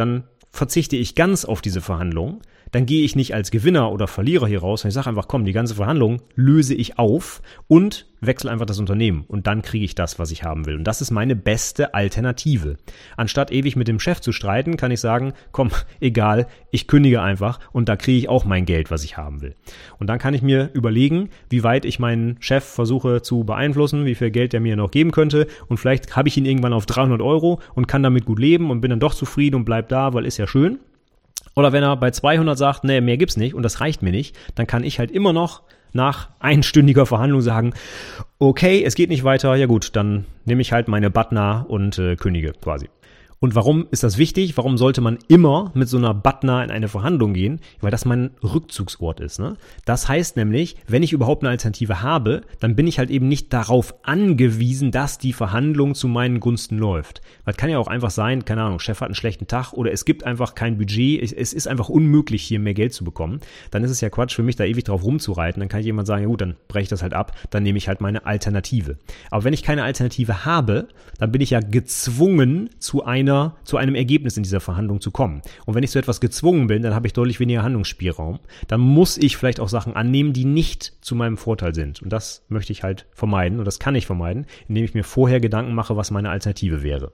verzichte ich ganz auf diese Verhandlung, dann gehe ich nicht als Gewinner oder Verlierer hier raus, sondern ich sage einfach, komm, die ganze Verhandlung löse ich auf und wechsle einfach das Unternehmen und dann kriege ich das, was ich haben will. Und das ist meine beste Alternative. Anstatt ewig mit dem Chef zu streiten, kann ich sagen, komm, egal, ich kündige einfach und da kriege ich auch mein Geld, was ich haben will. Und dann kann ich mir überlegen, wie weit ich meinen Chef versuche zu beeinflussen, wie viel Geld er mir noch geben könnte und vielleicht habe ich ihn irgendwann auf dreihundert Euro und kann damit gut leben und bin dann doch zufrieden und bleib da, weil ist ja schön. Oder wenn er bei zweihundert sagt, nee, mehr gibt's nicht und das reicht mir nicht, dann kann ich halt immer noch nach einstündiger Verhandlung sagen, okay, es geht nicht weiter, ja gut, dann nehme ich halt meine Batna und äh, kündige quasi. Und warum ist das wichtig? Warum sollte man immer mit so einer Batna in eine Verhandlung gehen? Weil das mein Rückzugsort ist, ne? Das heißt nämlich, wenn ich überhaupt eine Alternative habe, dann bin ich halt eben nicht darauf angewiesen, dass die Verhandlung zu meinen Gunsten läuft. Weil es kann ja auch einfach sein, keine Ahnung, Chef hat einen schlechten Tag oder es gibt einfach kein Budget, es ist einfach unmöglich, hier mehr Geld zu bekommen. Dann ist es ja Quatsch für mich, da ewig drauf rumzureiten. Dann kann jemand sagen, ja gut, dann breche ich das halt ab, dann nehme ich halt meine Alternative. Aber wenn ich keine Alternative habe, dann bin ich ja gezwungen, zu einer zu einem Ergebnis in dieser Verhandlung zu kommen. Und wenn ich zu etwas gezwungen bin, dann habe ich deutlich weniger Handlungsspielraum. Dann muss ich vielleicht auch Sachen annehmen, die nicht zu meinem Vorteil sind. Und das möchte ich halt vermeiden und das kann ich vermeiden, indem ich mir vorher Gedanken mache, was meine Alternative wäre.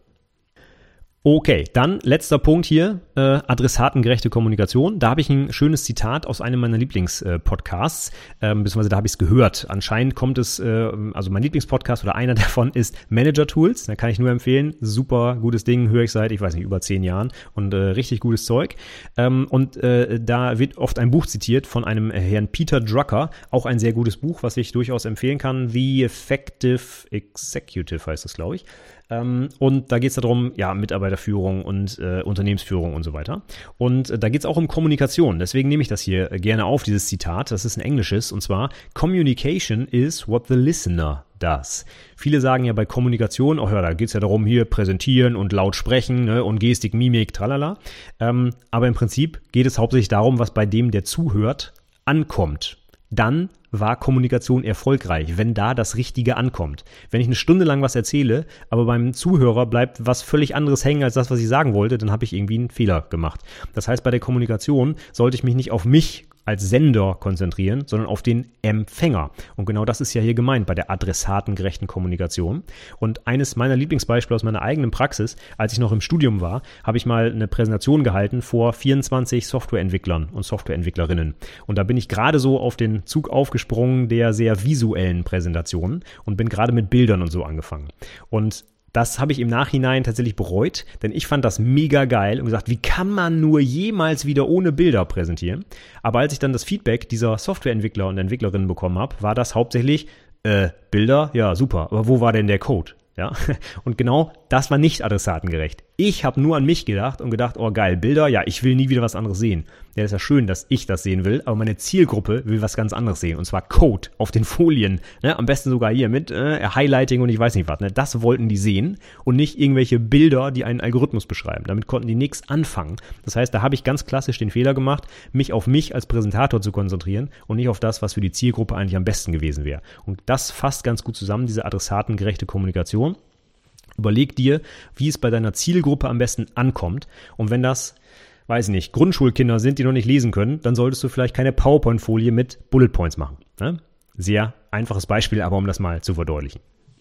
Okay, dann letzter Punkt hier, äh, adressatengerechte Kommunikation. Da habe ich ein schönes Zitat aus einem meiner Lieblingspodcasts, äh, beziehungsweise da habe ich es gehört. Anscheinend kommt es, äh, also mein Lieblingspodcast oder einer davon ist Manager Tools. Da kann ich nur empfehlen, super gutes Ding, höre ich seit, ich weiß nicht, über zehn Jahren und äh, richtig gutes Zeug. Ähm, und äh, da wird oft ein Buch zitiert von einem Herrn Peter Drucker, auch ein sehr gutes Buch, was ich durchaus empfehlen kann. The Effective Executive heißt das, glaube ich. Ähm, und da geht es darum, ja, Mitarbeiterführung und äh, Unternehmensführung und so weiter. Und äh, da geht es auch um Kommunikation. Deswegen nehme ich das hier äh, gerne auf, dieses Zitat. Das ist ein englisches und zwar: Communication is what the listener does. Viele sagen ja bei Kommunikation, oh ja, da geht es ja darum, hier präsentieren und laut sprechen, ne, und Gestik, Mimik, tralala. Ähm, aber im Prinzip geht es hauptsächlich darum, was bei dem, der zuhört, ankommt. Dann war Kommunikation erfolgreich, wenn da das Richtige ankommt. Wenn ich eine Stunde lang was erzähle, aber beim Zuhörer bleibt was völlig anderes hängen als das, was ich sagen wollte, dann habe ich irgendwie einen Fehler gemacht. Das heißt, bei der Kommunikation sollte ich mich nicht auf mich als Sender konzentrieren, sondern auf den Empfänger. Und genau das ist ja hier gemeint bei der adressatengerechten Kommunikation. Und eines meiner Lieblingsbeispiele aus meiner eigenen Praxis, als ich noch im Studium war, habe ich mal eine Präsentation gehalten vor vierundzwanzig Softwareentwicklern und Softwareentwicklerinnen. Und da bin ich gerade so auf den Zug aufgesprungen der sehr visuellen Präsentationen und bin gerade mit Bildern und so angefangen. Und das habe ich im Nachhinein tatsächlich bereut, denn ich fand das mega geil und gesagt, wie kann man nur jemals wieder ohne Bilder präsentieren? Aber als ich dann das Feedback dieser Softwareentwickler und Entwicklerinnen bekommen habe, war das hauptsächlich, äh, Bilder, ja super, aber wo war denn der Code? Ja, und genau das war nicht adressatengerecht. Ich habe nur an mich gedacht und gedacht, oh geil, Bilder, ja, ich will nie wieder was anderes sehen. Ja, ist ja schön, dass ich das sehen will, aber meine Zielgruppe will was ganz anderes sehen, und zwar Code auf den Folien, ne? Am besten sogar hier mit äh, Highlighting und ich weiß nicht was, ne? Das wollten die sehen und nicht irgendwelche Bilder, die einen Algorithmus beschreiben. Damit konnten die nichts anfangen. Das heißt, da habe ich ganz klassisch den Fehler gemacht, mich auf mich als Präsentator zu konzentrieren und nicht auf das, was für die Zielgruppe eigentlich am besten gewesen wäre. Und das fasst ganz gut zusammen, diese adressatengerechte Kommunikation. Überleg dir, wie es bei deiner Zielgruppe am besten ankommt. Und wenn das, weiß ich nicht, Grundschulkinder sind, die noch nicht lesen können, dann solltest du vielleicht keine PowerPoint-Folie mit Bullet Points machen. Ne? Sehr einfaches Beispiel, aber um das mal zu verdeutlichen.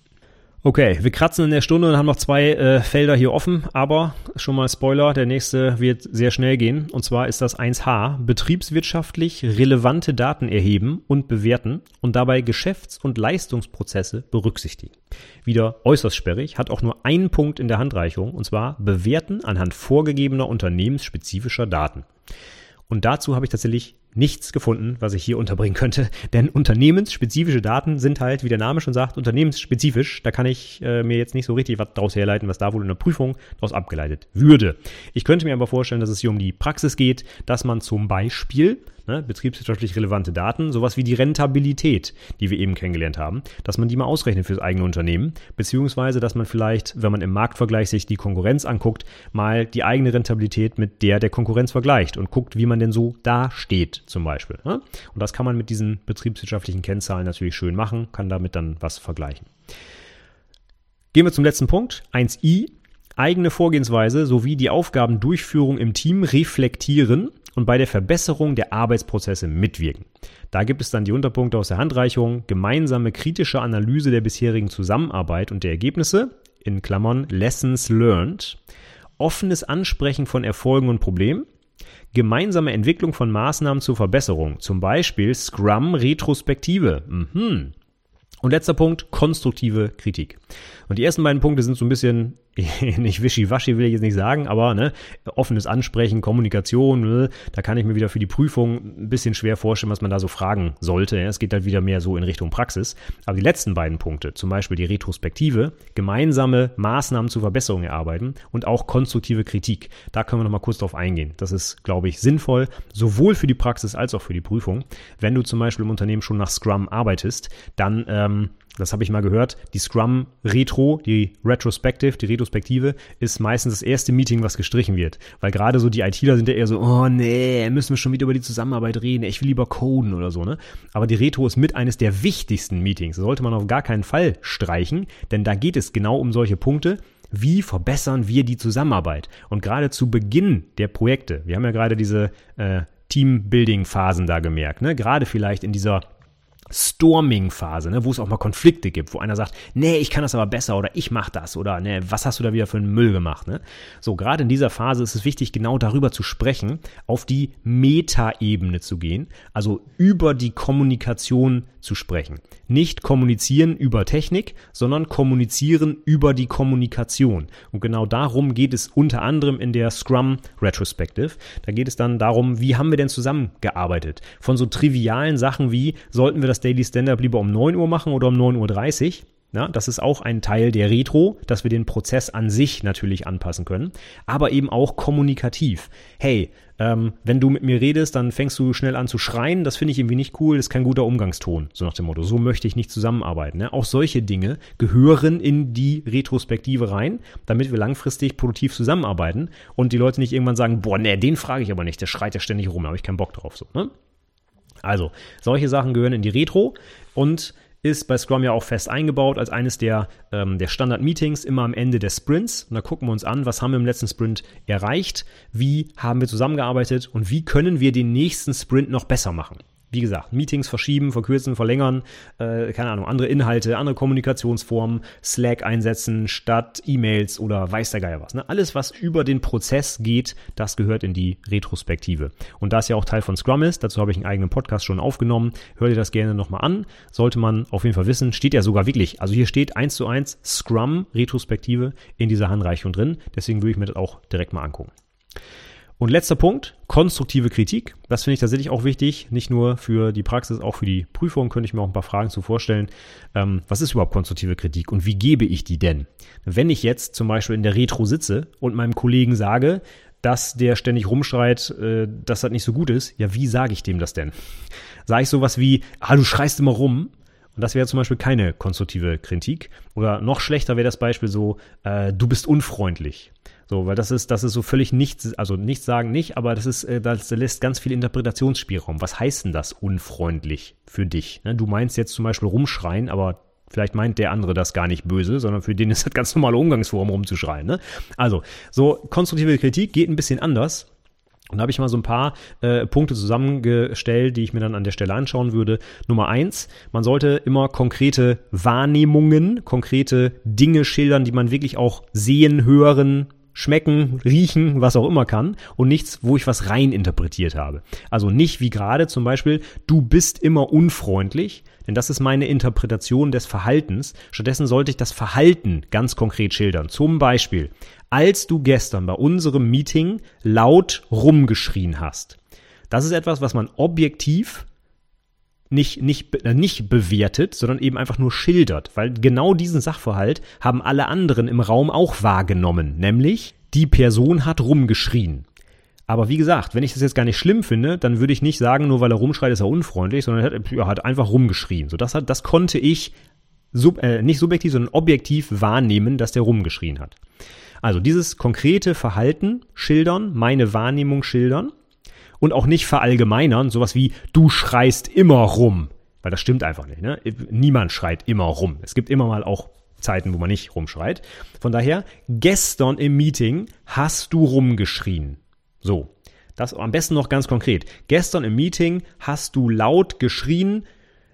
Okay, wir kratzen in der Stunde und haben noch zwei äh, Felder hier offen, aber schon mal Spoiler, der nächste wird sehr schnell gehen. Und zwar ist das eins H, betriebswirtschaftlich relevante Daten erheben und bewerten und dabei Geschäfts- und Leistungsprozesse berücksichtigen. Wieder äußerst sperrig, hat auch nur einen Punkt in der Handreichung, und zwar bewerten anhand vorgegebener unternehmensspezifischer Daten. Und dazu habe ich tatsächlich nichts gefunden, was ich hier unterbringen könnte, denn unternehmensspezifische Daten sind halt, wie der Name schon sagt, unternehmensspezifisch. Da kann ich äh, mir jetzt nicht so richtig was daraus herleiten, was da wohl in der Prüfung daraus abgeleitet würde. Ich könnte mir aber vorstellen, dass es hier um die Praxis geht, dass man zum Beispiel, ne, betriebswirtschaftlich relevante Daten, sowas wie die Rentabilität, die wir eben kennengelernt haben, dass man die mal ausrechnet fürs eigene Unternehmen, beziehungsweise, dass man vielleicht, wenn man im Marktvergleich sich die Konkurrenz anguckt, mal die eigene Rentabilität mit der der Konkurrenz vergleicht und guckt, wie man denn so da steht, zum Beispiel. Ne? Und das kann man mit diesen betriebswirtschaftlichen Kennzahlen natürlich schön machen, kann damit dann was vergleichen. Gehen wir zum letzten Punkt, eins I. eigene Vorgehensweise sowie die Aufgabendurchführung im Team reflektieren und bei der Verbesserung der Arbeitsprozesse mitwirken. Da gibt es dann die Unterpunkte aus der Handreichung: gemeinsame kritische Analyse der bisherigen Zusammenarbeit und der Ergebnisse, in Klammern Lessons learned, offenes Ansprechen von Erfolgen und Problemen, gemeinsame Entwicklung von Maßnahmen zur Verbesserung, zum Beispiel Scrum-Retrospektive. Mhm. Und letzter Punkt, konstruktive Kritik. Und die ersten beiden Punkte sind so ein bisschen, nicht wischiwaschi will ich jetzt nicht sagen, aber ne, offenes Ansprechen, Kommunikation, ne, da kann ich mir wieder für die Prüfung ein bisschen schwer vorstellen, was man da so fragen sollte. Ja, es geht halt wieder mehr so in Richtung Praxis. Aber die letzten beiden Punkte, zum Beispiel die Retrospektive, gemeinsame Maßnahmen zur Verbesserung erarbeiten und auch konstruktive Kritik, da können wir nochmal kurz drauf eingehen. Das ist, glaube ich, sinnvoll, sowohl für die Praxis als auch für die Prüfung. Wenn du zum Beispiel im Unternehmen schon nach Scrum arbeitest, dann ähm, das habe ich mal gehört, die Scrum Retro, die Retrospective, die Retrospektive ist meistens das erste Meeting, was gestrichen wird. Weil gerade so die ITler sind ja eher so, oh nee, müssen wir schon wieder über die Zusammenarbeit reden, ich will lieber coden oder so, ne? Aber die Retro ist mit eines der wichtigsten Meetings. Das sollte man auf gar keinen Fall streichen, denn da geht es genau um solche Punkte. Wie verbessern wir die Zusammenarbeit? Und gerade zu Beginn der Projekte, wir haben ja gerade diese äh, Teambuilding-Phasen da gemerkt, ne? Gerade vielleicht in dieser Storming-Phase, ne, wo es auch mal Konflikte gibt, wo einer sagt, nee, ich kann das aber besser oder ich mach das oder ne, was hast du da wieder für einen Müll gemacht, ne? So, gerade in dieser Phase ist es wichtig, genau darüber zu sprechen, auf die Meta-Ebene zu gehen, also über die Kommunikation zu sprechen. Nicht kommunizieren über Technik, sondern kommunizieren über die Kommunikation. Und genau darum geht es unter anderem in der Scrum Retrospective. Da geht es dann darum, wie haben wir denn zusammengearbeitet? Von so trivialen Sachen wie, sollten wir das Daily Stand-Up lieber um neun Uhr machen oder um neun Uhr dreißig? Ja, das ist auch ein Teil der Retro, dass wir den Prozess an sich natürlich anpassen können, aber eben auch kommunikativ. Hey, ähm, wenn du mit mir redest, dann fängst du schnell an zu schreien, das finde ich irgendwie nicht cool, das ist kein guter Umgangston, so nach dem Motto, so möchte ich nicht zusammenarbeiten. Ne? Auch solche Dinge gehören in die Retrospektive rein, damit wir langfristig produktiv zusammenarbeiten und die Leute nicht irgendwann sagen, boah, nee, den frage ich aber nicht, der schreit ja ständig rum, da habe ich keinen Bock drauf. So, ne? Also, solche Sachen gehören in die Retro und ist bei Scrum ja auch fest eingebaut als eines der, ähm, der Standard-Meetings immer am Ende des Sprints. Und da gucken wir uns an, was haben wir im letzten Sprint erreicht, wie haben wir zusammengearbeitet und wie können wir den nächsten Sprint noch besser machen. Wie gesagt, Meetings verschieben, verkürzen, verlängern, äh, keine Ahnung, andere Inhalte, andere Kommunikationsformen, Slack einsetzen statt E-Mails oder weiß der Geier was. Ne? Alles, was über den Prozess geht, das gehört in die Retrospektive. Und da es ja auch Teil von Scrum ist, dazu habe ich einen eigenen Podcast schon aufgenommen, hör dir das gerne nochmal an, sollte man auf jeden Fall wissen, steht ja sogar wirklich, also hier steht eins zu eins Scrum Retrospektive in dieser Handreichung drin, deswegen würde ich mir das auch direkt mal angucken. Und letzter Punkt, konstruktive Kritik. Das finde ich tatsächlich auch wichtig, nicht nur für die Praxis, auch für die Prüfung könnte ich mir auch ein paar Fragen zu vorstellen. Ähm, was ist überhaupt konstruktive Kritik und wie gebe ich die denn? Wenn ich jetzt zum Beispiel in der Retro sitze und meinem Kollegen sage, dass der ständig rumschreit, äh, dass das nicht so gut ist, ja, wie sage ich dem das denn? Sage ich sowas wie, ah, du schreist immer rum? Und das wäre zum Beispiel keine konstruktive Kritik. Oder noch schlechter wäre das Beispiel so, äh, du bist unfreundlich. So, weil das ist, das ist so völlig nichts, also nichts sagen nicht, aber das ist, das lässt ganz viel Interpretationsspielraum. Was heißt denn das unfreundlich für dich? Du meinst jetzt zum Beispiel rumschreien, aber vielleicht meint der andere das gar nicht böse, sondern für den ist das ganz normale Umgangsform rumzuschreien. Ne? Also, so konstruktive Kritik geht ein bisschen anders. Und da habe ich mal so ein paar äh, Punkte zusammengestellt, die ich mir dann an der Stelle anschauen würde. Nummer eins, man sollte immer konkrete Wahrnehmungen, konkrete Dinge schildern, die man wirklich auch sehen, hören, schmecken, riechen, was auch immer kann und nichts, wo ich was rein interpretiert habe. Also nicht wie gerade zum Beispiel, du bist immer unfreundlich, denn das ist meine Interpretation des Verhaltens. Stattdessen sollte ich das Verhalten ganz konkret schildern. Zum Beispiel, als du gestern bei unserem Meeting laut rumgeschrien hast. Das ist etwas, was man objektiv nicht, nicht, nicht bewertet, sondern eben einfach nur schildert, weil genau diesen Sachverhalt haben alle anderen im Raum auch wahrgenommen, nämlich die Person hat rumgeschrien. Aber wie gesagt, wenn ich das jetzt gar nicht schlimm finde, dann würde ich nicht sagen, nur weil er rumschreit, ist er unfreundlich, sondern er hat, er hat einfach rumgeschrien. So, das, hat, das konnte ich sub, äh, nicht subjektiv, sondern objektiv wahrnehmen, dass der rumgeschrien hat. Also dieses konkrete Verhalten schildern, meine Wahrnehmung schildern. Und auch nicht verallgemeinern, sowas wie, du schreist immer rum. Weil das stimmt einfach nicht. Ne? Niemand schreit immer rum. Es gibt immer mal auch Zeiten, wo man nicht rumschreit. Von daher, gestern im Meeting hast du rumgeschrien. So, das am besten noch ganz konkret. Gestern im Meeting hast du laut geschrien,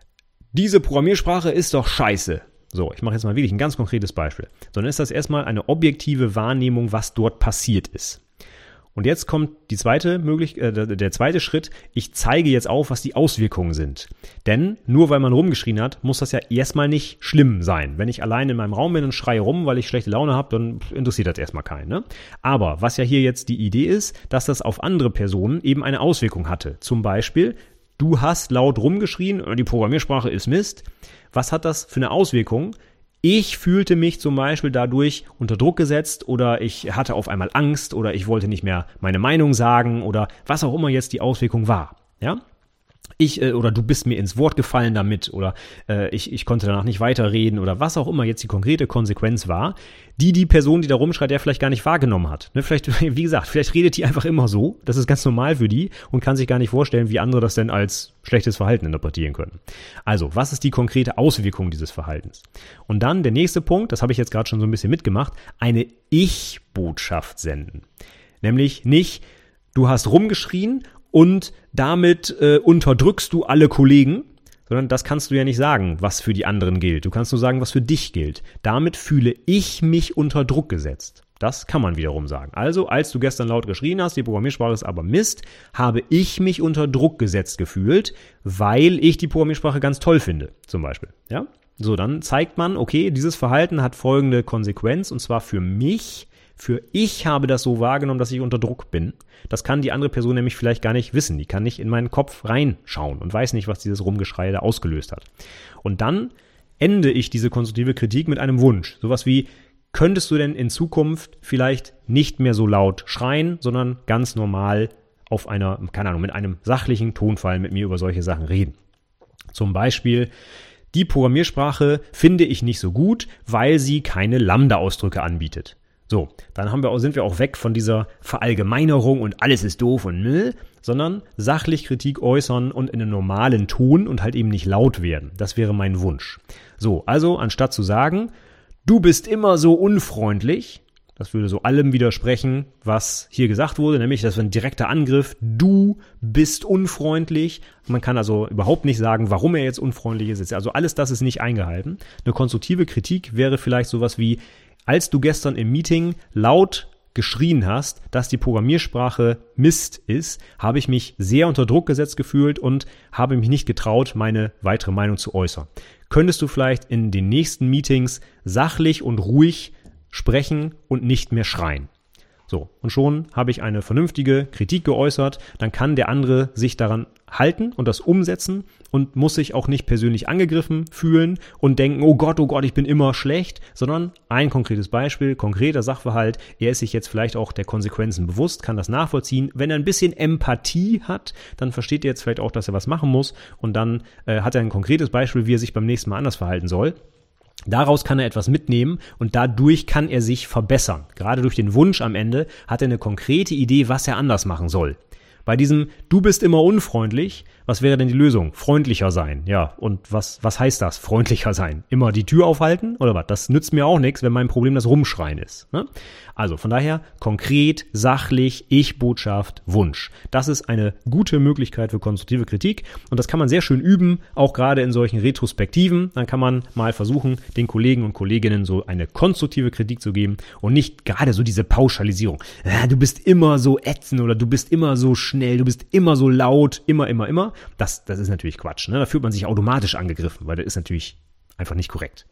diese Programmiersprache ist doch scheiße. So, ich mache jetzt mal wirklich ein ganz konkretes Beispiel. Sondern ist das erstmal eine objektive Wahrnehmung, was dort passiert ist. Und jetzt kommt die zweite Möglichkeit, äh, der zweite Schritt. Ich zeige jetzt auf, was die Auswirkungen sind. Denn nur weil man rumgeschrien hat, muss das ja erstmal nicht schlimm sein. Wenn ich allein in meinem Raum bin und schreie rum, weil ich schlechte Laune habe, dann interessiert das erstmal keinen. Ne? Aber was ja hier jetzt die Idee ist, dass das auf andere Personen eben eine Auswirkung hatte. Zum Beispiel, du hast laut rumgeschrien, die Programmiersprache ist Mist. Was hat das für eine Auswirkung? Ich fühlte mich zum Beispiel dadurch unter Druck gesetzt oder ich hatte auf einmal Angst oder ich wollte nicht mehr meine Meinung sagen oder was auch immer jetzt die Auswirkung war. Ja? Ich äh, oder du bist mir ins Wort gefallen damit oder äh, ich, ich konnte danach nicht weiterreden oder was auch immer jetzt die konkrete Konsequenz war, die die Person, die da rumschreit, ja vielleicht gar nicht wahrgenommen hat. Ne, vielleicht, wie gesagt, vielleicht redet die einfach immer so, das ist ganz normal für die und kann sich gar nicht vorstellen, wie andere das denn als schlechtes Verhalten interpretieren können. Also, was ist die konkrete Auswirkung dieses Verhaltens? Und dann der nächste Punkt, das habe ich jetzt gerade schon so ein bisschen mitgemacht, eine Ich-Botschaft senden. Nämlich nicht, du hast rumgeschrien und damit äh, unterdrückst du alle Kollegen, sondern das kannst du ja nicht sagen, was für die anderen gilt. Du kannst nur sagen, was für dich gilt. Damit fühle ich mich unter Druck gesetzt. Das kann man wiederum sagen. Also, als du gestern laut geschrien hast, die Programmiersprache ist aber Mist, habe ich mich unter Druck gesetzt gefühlt, weil ich die Programmiersprache ganz toll finde, zum Beispiel. Ja? So, dann zeigt man, okay, dieses Verhalten hat folgende Konsequenz, und zwar für mich. Für ich habe das so wahrgenommen, dass ich unter Druck bin. Das kann die andere Person nämlich vielleicht gar nicht wissen. Die kann nicht in meinen Kopf reinschauen und weiß nicht, was dieses Rumgeschrei da ausgelöst hat. Und dann ende ich diese konstruktive Kritik mit einem Wunsch. Sowas wie, könntest du denn in Zukunft vielleicht nicht mehr so laut schreien, sondern ganz normal auf einer, keine Ahnung, mit einem sachlichen Tonfall mit mir über solche Sachen reden. Zum Beispiel, die Programmiersprache finde ich nicht so gut, weil sie keine Lambda-Ausdrücke anbietet. So, dann haben wir, sind wir auch weg von dieser Verallgemeinerung und alles ist doof und nö, sondern sachlich Kritik äußern und in einem normalen Ton und halt eben nicht laut werden. Das wäre mein Wunsch. So, also anstatt zu sagen, du bist immer so unfreundlich, das würde so allem widersprechen, was hier gesagt wurde, nämlich das wäre ein direkter Angriff, du bist unfreundlich. Man kann also überhaupt nicht sagen, warum er jetzt unfreundlich ist. Also alles das ist nicht eingehalten. Eine konstruktive Kritik wäre vielleicht sowas wie, als du gestern im Meeting laut geschrien hast, dass die Programmiersprache Mist ist, habe ich mich sehr unter Druck gesetzt gefühlt und habe mich nicht getraut, meine weitere Meinung zu äußern. Könntest du vielleicht in den nächsten Meetings sachlich und ruhig sprechen und nicht mehr schreien? So, und schon habe ich eine vernünftige Kritik geäußert, dann kann der andere sich daran halten und das umsetzen und muss sich auch nicht persönlich angegriffen fühlen und denken, oh Gott, oh Gott, ich bin immer schlecht, sondern ein konkretes Beispiel, konkreter Sachverhalt, er ist sich jetzt vielleicht auch der Konsequenzen bewusst, kann das nachvollziehen. Wenn er ein bisschen Empathie hat, dann versteht er jetzt vielleicht auch, dass er was machen muss und dann äh, hat er ein konkretes Beispiel, wie er sich beim nächsten Mal anders verhalten soll. Daraus kann er etwas mitnehmen und dadurch kann er sich verbessern. Gerade durch den Wunsch am Ende hat er eine konkrete Idee, was er anders machen soll. Bei diesem, du bist immer unfreundlich, was wäre denn die Lösung? Freundlicher sein. Ja, und was, was heißt das? Freundlicher sein. Immer die Tür aufhalten? Oder was? Das nützt mir auch nichts, wenn mein Problem das Rumschreien ist. Ne? Also von daher konkret, sachlich, Ich-Botschaft, Wunsch. Das ist eine gute Möglichkeit für konstruktive Kritik und das kann man sehr schön üben, auch gerade in solchen Retrospektiven. Dann kann man mal versuchen, den Kollegen und Kolleginnen so eine konstruktive Kritik zu geben und nicht gerade so diese Pauschalisierung. Ah, du bist immer so ätzend oder du bist immer so schnell, du bist immer so laut, immer, immer, immer. Das, das ist natürlich Quatsch. Ne? Da fühlt man sich automatisch angegriffen, weil das ist natürlich einfach nicht korrekt.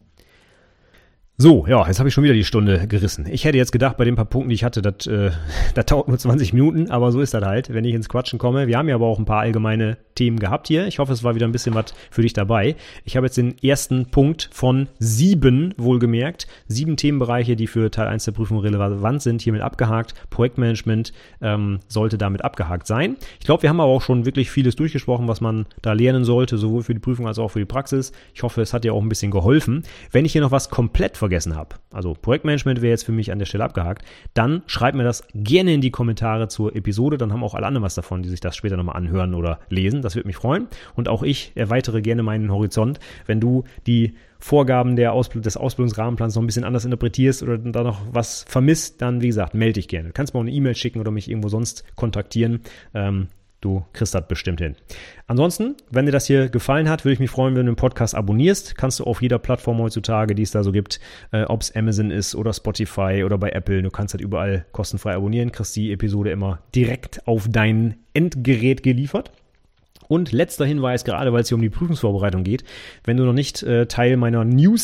So, ja, jetzt habe ich schon wieder die Stunde gerissen. Ich hätte jetzt gedacht, bei den paar Punkten, die ich hatte, das, äh, das dauert nur zwanzig Minuten, aber so ist das halt, wenn ich ins Quatschen komme. Wir haben ja aber auch ein paar allgemeine Themen gehabt hier. Ich hoffe, es war wieder ein bisschen was für dich dabei. Ich habe jetzt den ersten Punkt von sieben, wohlgemerkt, sieben Themenbereiche, die für Teil eins der Prüfung relevant sind, hiermit abgehakt. Projektmanagement ähm, sollte damit abgehakt sein. Ich glaube, wir haben aber auch schon wirklich vieles durchgesprochen, was man da lernen sollte, sowohl für die Prüfung als auch für die Praxis. Ich hoffe, es hat dir auch ein bisschen geholfen. Wenn ich hier noch was komplett vergessen habe, also Projektmanagement wäre jetzt für mich an der Stelle abgehakt, dann schreib mir das gerne in die Kommentare zur Episode, dann haben auch alle anderen was davon, die sich das später nochmal anhören oder lesen. das würde mich freuen. Und auch ich erweitere gerne meinen Horizont, wenn du die Vorgaben der Ausbild- des Ausbildungsrahmenplans noch ein bisschen anders interpretierst oder da noch was vermisst, dann, wie gesagt, melde dich gerne. Du kannst mir auch eine E-Mail schicken oder mich irgendwo sonst kontaktieren. Ähm, du kriegst das bestimmt hin. Ansonsten, wenn dir das hier gefallen hat, würde ich mich freuen, wenn du den Podcast abonnierst. Kannst du auf jeder Plattform heutzutage, die es da so gibt, äh, ob es Amazon ist oder Spotify oder bei Apple, du kannst halt überall kostenfrei abonnieren, kriegst die Episode immer direkt auf dein Endgerät geliefert. Und letzter Hinweis, gerade weil es hier um die Prüfungsvorbereitung geht, wenn du noch nicht äh, Teil meiner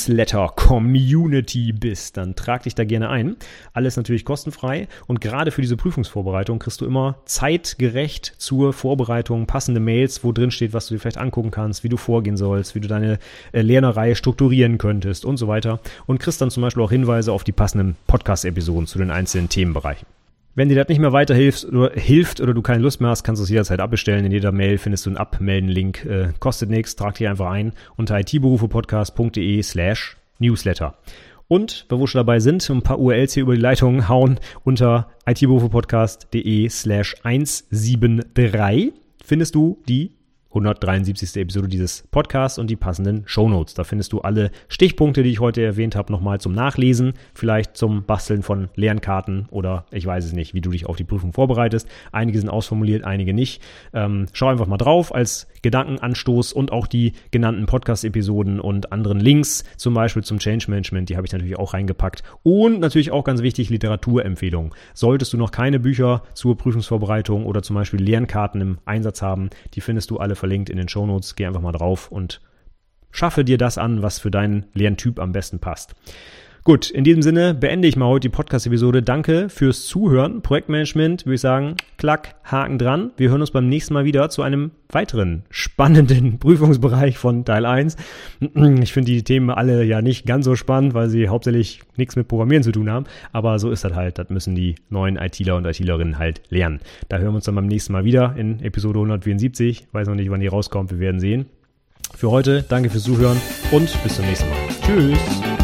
Newsletter-Community bist, dann trag dich da gerne ein. Alles natürlich kostenfrei und gerade für diese Prüfungsvorbereitung kriegst du immer zeitgerecht zur Vorbereitung passende Mails, wo drin steht, was du dir vielleicht angucken kannst, wie du vorgehen sollst, wie du deine äh, Lernerei strukturieren könntest und so weiter und kriegst dann zum Beispiel auch Hinweise auf die passenden Podcast-Episoden zu den einzelnen Themenbereichen. Wenn dir das nicht mehr weiterhilft oder hilft oder du keine Lust mehr hast, kannst du es jederzeit abbestellen. In jeder Mail findest du einen Abmelden-Link. Äh, kostet nichts, trag dich einfach ein unter itberufepodcast.de slash newsletter. Und, wo wir schon dabei sind, ein paar U R Ls hier über die Leitung hauen, unter itberufepodcast.de slash hundertdreiundsiebzig findest du die hundertdreiundsiebzigste Episode dieses Podcasts und die passenden Shownotes. Da findest du alle Stichpunkte, die ich heute erwähnt habe, nochmal zum Nachlesen, vielleicht zum Basteln von Lernkarten oder ich weiß es nicht, wie du dich auf die Prüfung vorbereitest. Einige sind ausformuliert, einige nicht. Ähm, schau einfach mal drauf als Gedankenanstoß und auch die genannten Podcast-Episoden und anderen Links, zum Beispiel zum Change Management, die habe ich natürlich auch reingepackt. Und natürlich auch ganz wichtig, Literaturempfehlungen. Solltest du noch keine Bücher zur Prüfungsvorbereitung oder zum Beispiel Lernkarten im Einsatz haben, die findest du alle verlinkt in den Shownotes. Geh einfach mal drauf und schaffe dir das an, was für deinen Lerntyp am besten passt. Gut, in diesem Sinne beende ich mal heute die Podcast-Episode. Danke fürs Zuhören. Projektmanagement, würde ich sagen, klack, Haken dran. Wir hören uns beim nächsten Mal wieder zu einem weiteren spannenden Prüfungsbereich von Teil eins. Ich finde die Themen alle ja nicht ganz so spannend, weil sie hauptsächlich nichts mit Programmieren zu tun haben. Aber so ist das halt. Das müssen die neuen ITler und ITlerinnen halt lernen. Da hören wir uns dann beim nächsten Mal wieder in Episode hundertvierundsiebzig. Weiß noch nicht, wann die rauskommt. Wir werden sehen. Für heute danke fürs Zuhören und bis zum nächsten Mal. Tschüss.